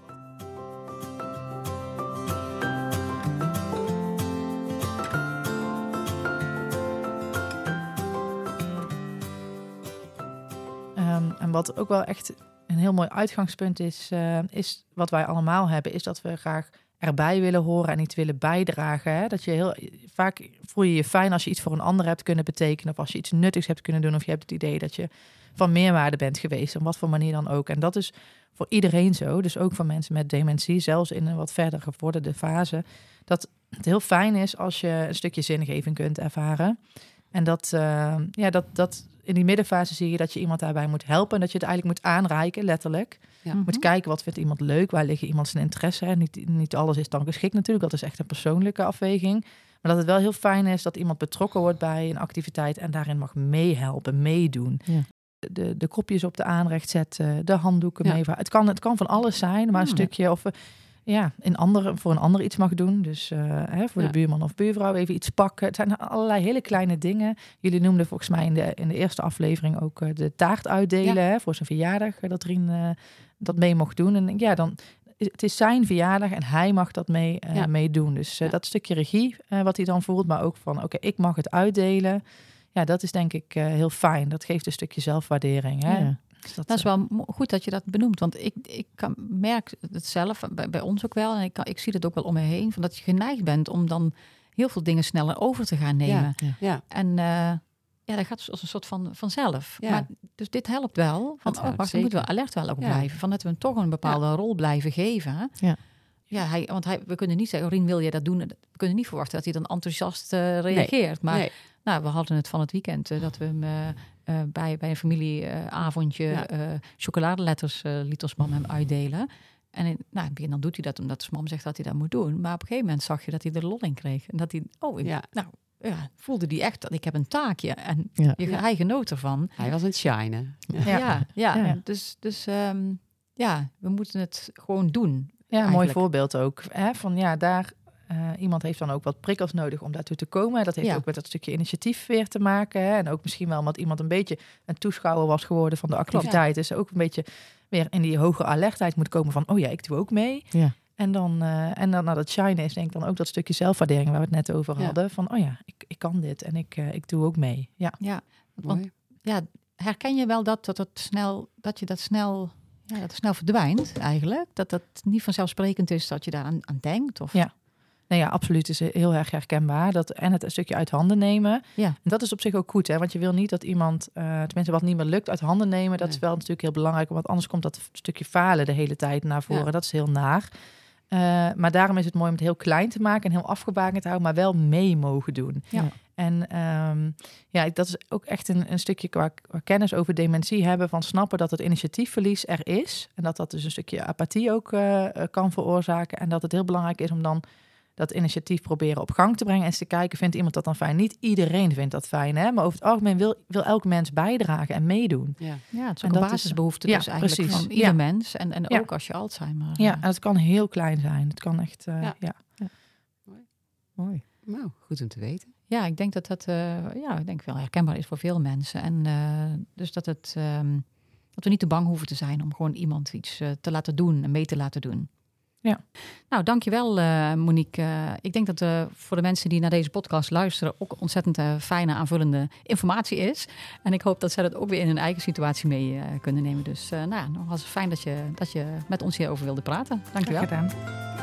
[SPEAKER 4] Um, en wat ook wel echt een heel mooi uitgangspunt is, uh, is wat wij allemaal hebben, is dat we graag erbij willen horen en iets willen bijdragen. Hè? Dat je heel vaak voel je je fijn als je iets voor een ander hebt kunnen betekenen, of als je iets nuttigs hebt kunnen doen, of je hebt het idee dat je van meerwaarde bent geweest, op wat voor manier dan ook. En dat is voor iedereen zo, dus ook voor mensen met dementie, zelfs in een wat verder gevorderde fase, dat het heel fijn is als je een stukje zingeving kunt ervaren. En dat, uh, ja, dat, dat in die middenfase zie je dat je iemand daarbij moet helpen. En dat je het eigenlijk moet aanreiken, letterlijk.
[SPEAKER 2] Ja.
[SPEAKER 1] Mhm.
[SPEAKER 4] Moet kijken, wat vindt iemand leuk? Waar liggen iemand zijn interesse? En niet, niet alles is dan geschikt natuurlijk. Dat is echt een persoonlijke afweging. Maar dat het wel heel fijn is dat iemand betrokken wordt bij een activiteit en daarin mag meehelpen, meedoen.
[SPEAKER 3] Ja.
[SPEAKER 4] De, de kopjes op de aanrecht zetten, de handdoeken
[SPEAKER 2] Ja.
[SPEAKER 4] mee. Het kan, het kan van alles zijn, maar een
[SPEAKER 1] Hmm.
[SPEAKER 4] stukje of... ja, in andere, voor een ander iets mag doen. Dus uh, hè, voor
[SPEAKER 2] Ja.
[SPEAKER 4] de buurman of buurvrouw even iets pakken. Het zijn allerlei hele kleine dingen. Jullie noemden volgens mij in de, in de eerste aflevering ook uh, de taart uitdelen.
[SPEAKER 2] Ja.
[SPEAKER 4] Hè, voor zijn verjaardag, uh, dat Rien uh, dat mee mocht doen. En ja, dan het is zijn verjaardag en hij mag dat mee, uh,
[SPEAKER 2] Ja.
[SPEAKER 4] mee doen. Dus uh,
[SPEAKER 2] Ja.
[SPEAKER 4] dat stukje regie uh, wat hij dan voelt, maar ook van oké, okay, ik mag het uitdelen. Ja, dat is denk ik uh, heel fijn. Dat geeft een stukje zelfwaardering. Hè?
[SPEAKER 3] Ja.
[SPEAKER 4] Dus dat,
[SPEAKER 1] Dat is wel mo- goed dat je dat benoemt. Want ik, ik kan, merk het zelf, bij, bij ons ook wel. En ik, kan, ik zie het ook wel om me heen. Van dat je geneigd bent om dan heel veel dingen sneller over te gaan nemen.
[SPEAKER 2] Ja. Ja.
[SPEAKER 1] En uh, ja, dat gaat als een soort van vanzelf.
[SPEAKER 2] Ja.
[SPEAKER 1] Maar, dus dit helpt wel. Van,
[SPEAKER 2] Dat
[SPEAKER 1] oh,
[SPEAKER 2] helpt
[SPEAKER 1] wacht, we moeten
[SPEAKER 2] zeker.
[SPEAKER 1] wel alert wel ook
[SPEAKER 2] Ja.
[SPEAKER 1] blijven. Van dat we hem toch een bepaalde rol blijven geven. Hè?
[SPEAKER 3] Ja.
[SPEAKER 1] Ja, hij, want hij, we kunnen niet zeggen, Rien, wil je dat doen? We kunnen niet verwachten dat hij dan enthousiast uh, reageert. Maar
[SPEAKER 2] Nee.
[SPEAKER 1] nou, we hadden het van het weekend uh, dat we hem uh, uh, bij, bij een familieavondje uh,
[SPEAKER 2] Ja.
[SPEAKER 1] uh, chocoladeletters uh, liet ons mam hem uitdelen. En in, nou, in het begin dan doet hij dat omdat zijn mam zegt dat hij dat moet doen. Maar op een gegeven moment zag je dat hij er lol in kreeg. En dat hij, oh, ik,
[SPEAKER 2] Ja.
[SPEAKER 1] nou, ja, voelde hij echt dat ik heb een taakje. En
[SPEAKER 3] Ja.
[SPEAKER 1] je,
[SPEAKER 2] Ja.
[SPEAKER 1] hij genoot ervan.
[SPEAKER 2] Hij was aan het shinen. Ja.
[SPEAKER 1] Ja, ja, ja.
[SPEAKER 4] Ja.
[SPEAKER 1] dus, dus um, ja, we moeten het gewoon doen.
[SPEAKER 4] Ja, een mooi
[SPEAKER 1] eigenlijk.
[SPEAKER 4] voorbeeld ook. Hè, van ja, daar uh, iemand heeft dan ook wat prikkels nodig om daartoe te komen. Dat heeft
[SPEAKER 1] Ja.
[SPEAKER 4] ook met dat stukje initiatief weer te maken. Hè, en ook misschien wel omdat iemand een beetje een toeschouwer was geworden van de activiteit. Dus ook een beetje weer in die hoge alertheid moet komen van, oh ja, ik doe ook mee.
[SPEAKER 3] Ja.
[SPEAKER 4] En dan, uh, en dan nou, dat shine is denk ik dan ook dat stukje zelfwaardering waar we het net over
[SPEAKER 2] Ja.
[SPEAKER 4] hadden. Van, oh ja, ik, ik kan dit en ik, uh, ik doe ook mee. Ja.
[SPEAKER 1] Ja, want
[SPEAKER 2] Mooi.
[SPEAKER 1] ja, herken je wel dat, dat, het snel, dat je dat snel, ja, dat het snel verdwijnt eigenlijk? Dat dat niet vanzelfsprekend is dat je daar aan, aan denkt? Of?
[SPEAKER 4] Ja. Nou ja, absoluut. is heel erg herkenbaar. Dat, en het een stukje uit handen nemen.
[SPEAKER 1] Ja.
[SPEAKER 4] En dat is op zich ook goed, hè? Want je wil niet dat iemand, uh, tenminste wat niet meer lukt, uit handen nemen. Dat
[SPEAKER 2] Nee.
[SPEAKER 4] is wel natuurlijk heel belangrijk, want anders komt dat stukje falen de hele tijd naar voren.
[SPEAKER 2] Ja.
[SPEAKER 4] Dat is heel naar. Uh, maar daarom is het mooi om het heel klein te maken en heel afgebakend te houden, maar wel mee mogen doen.
[SPEAKER 1] Ja.
[SPEAKER 4] En um, ja, dat is ook echt een, een stukje qua, qua kennis over dementie hebben, van snappen dat het initiatiefverlies er is. En dat dat dus een stukje apathie ook uh, kan veroorzaken. En dat het heel belangrijk is om dan dat initiatief proberen op gang te brengen en eens te kijken, vindt iemand dat dan fijn? Niet iedereen vindt dat fijn, hè? Maar over het algemeen wil, wil elk mens bijdragen en meedoen.
[SPEAKER 2] Ja.
[SPEAKER 1] Ja, het is
[SPEAKER 4] En
[SPEAKER 1] ook een
[SPEAKER 4] dat is-
[SPEAKER 1] basisbehoefte
[SPEAKER 4] ja,
[SPEAKER 1] dus eigenlijk
[SPEAKER 4] precies.
[SPEAKER 1] van ieder
[SPEAKER 4] Ja.
[SPEAKER 1] mens. En, en
[SPEAKER 4] Ja.
[SPEAKER 1] ook als je Alzheimer...
[SPEAKER 4] Ja,
[SPEAKER 1] uh,
[SPEAKER 4] en het kan heel klein zijn. Het kan echt, uh,
[SPEAKER 2] Ja.
[SPEAKER 4] ja.
[SPEAKER 3] Mooi.
[SPEAKER 2] Nou, goed om te weten.
[SPEAKER 1] ja, ik denk dat dat uh, ja, ik denk wel herkenbaar is voor veel mensen. En uh, dus dat, het, um, dat we niet te bang hoeven te zijn om gewoon iemand iets uh, te laten doen en mee te laten doen.
[SPEAKER 4] Ja.
[SPEAKER 1] Nou, dankjewel uh, Monique. Uh, ik denk dat uh, voor de mensen die naar deze podcast luisteren ook ontzettend uh, fijne aanvullende informatie is. En ik hoop dat zij dat ook weer in hun eigen situatie mee uh, kunnen nemen. Dus uh, nou, nog was fijn dat je, dat je met ons hierover wilde praten. Dankjewel.
[SPEAKER 4] Graag gedaan.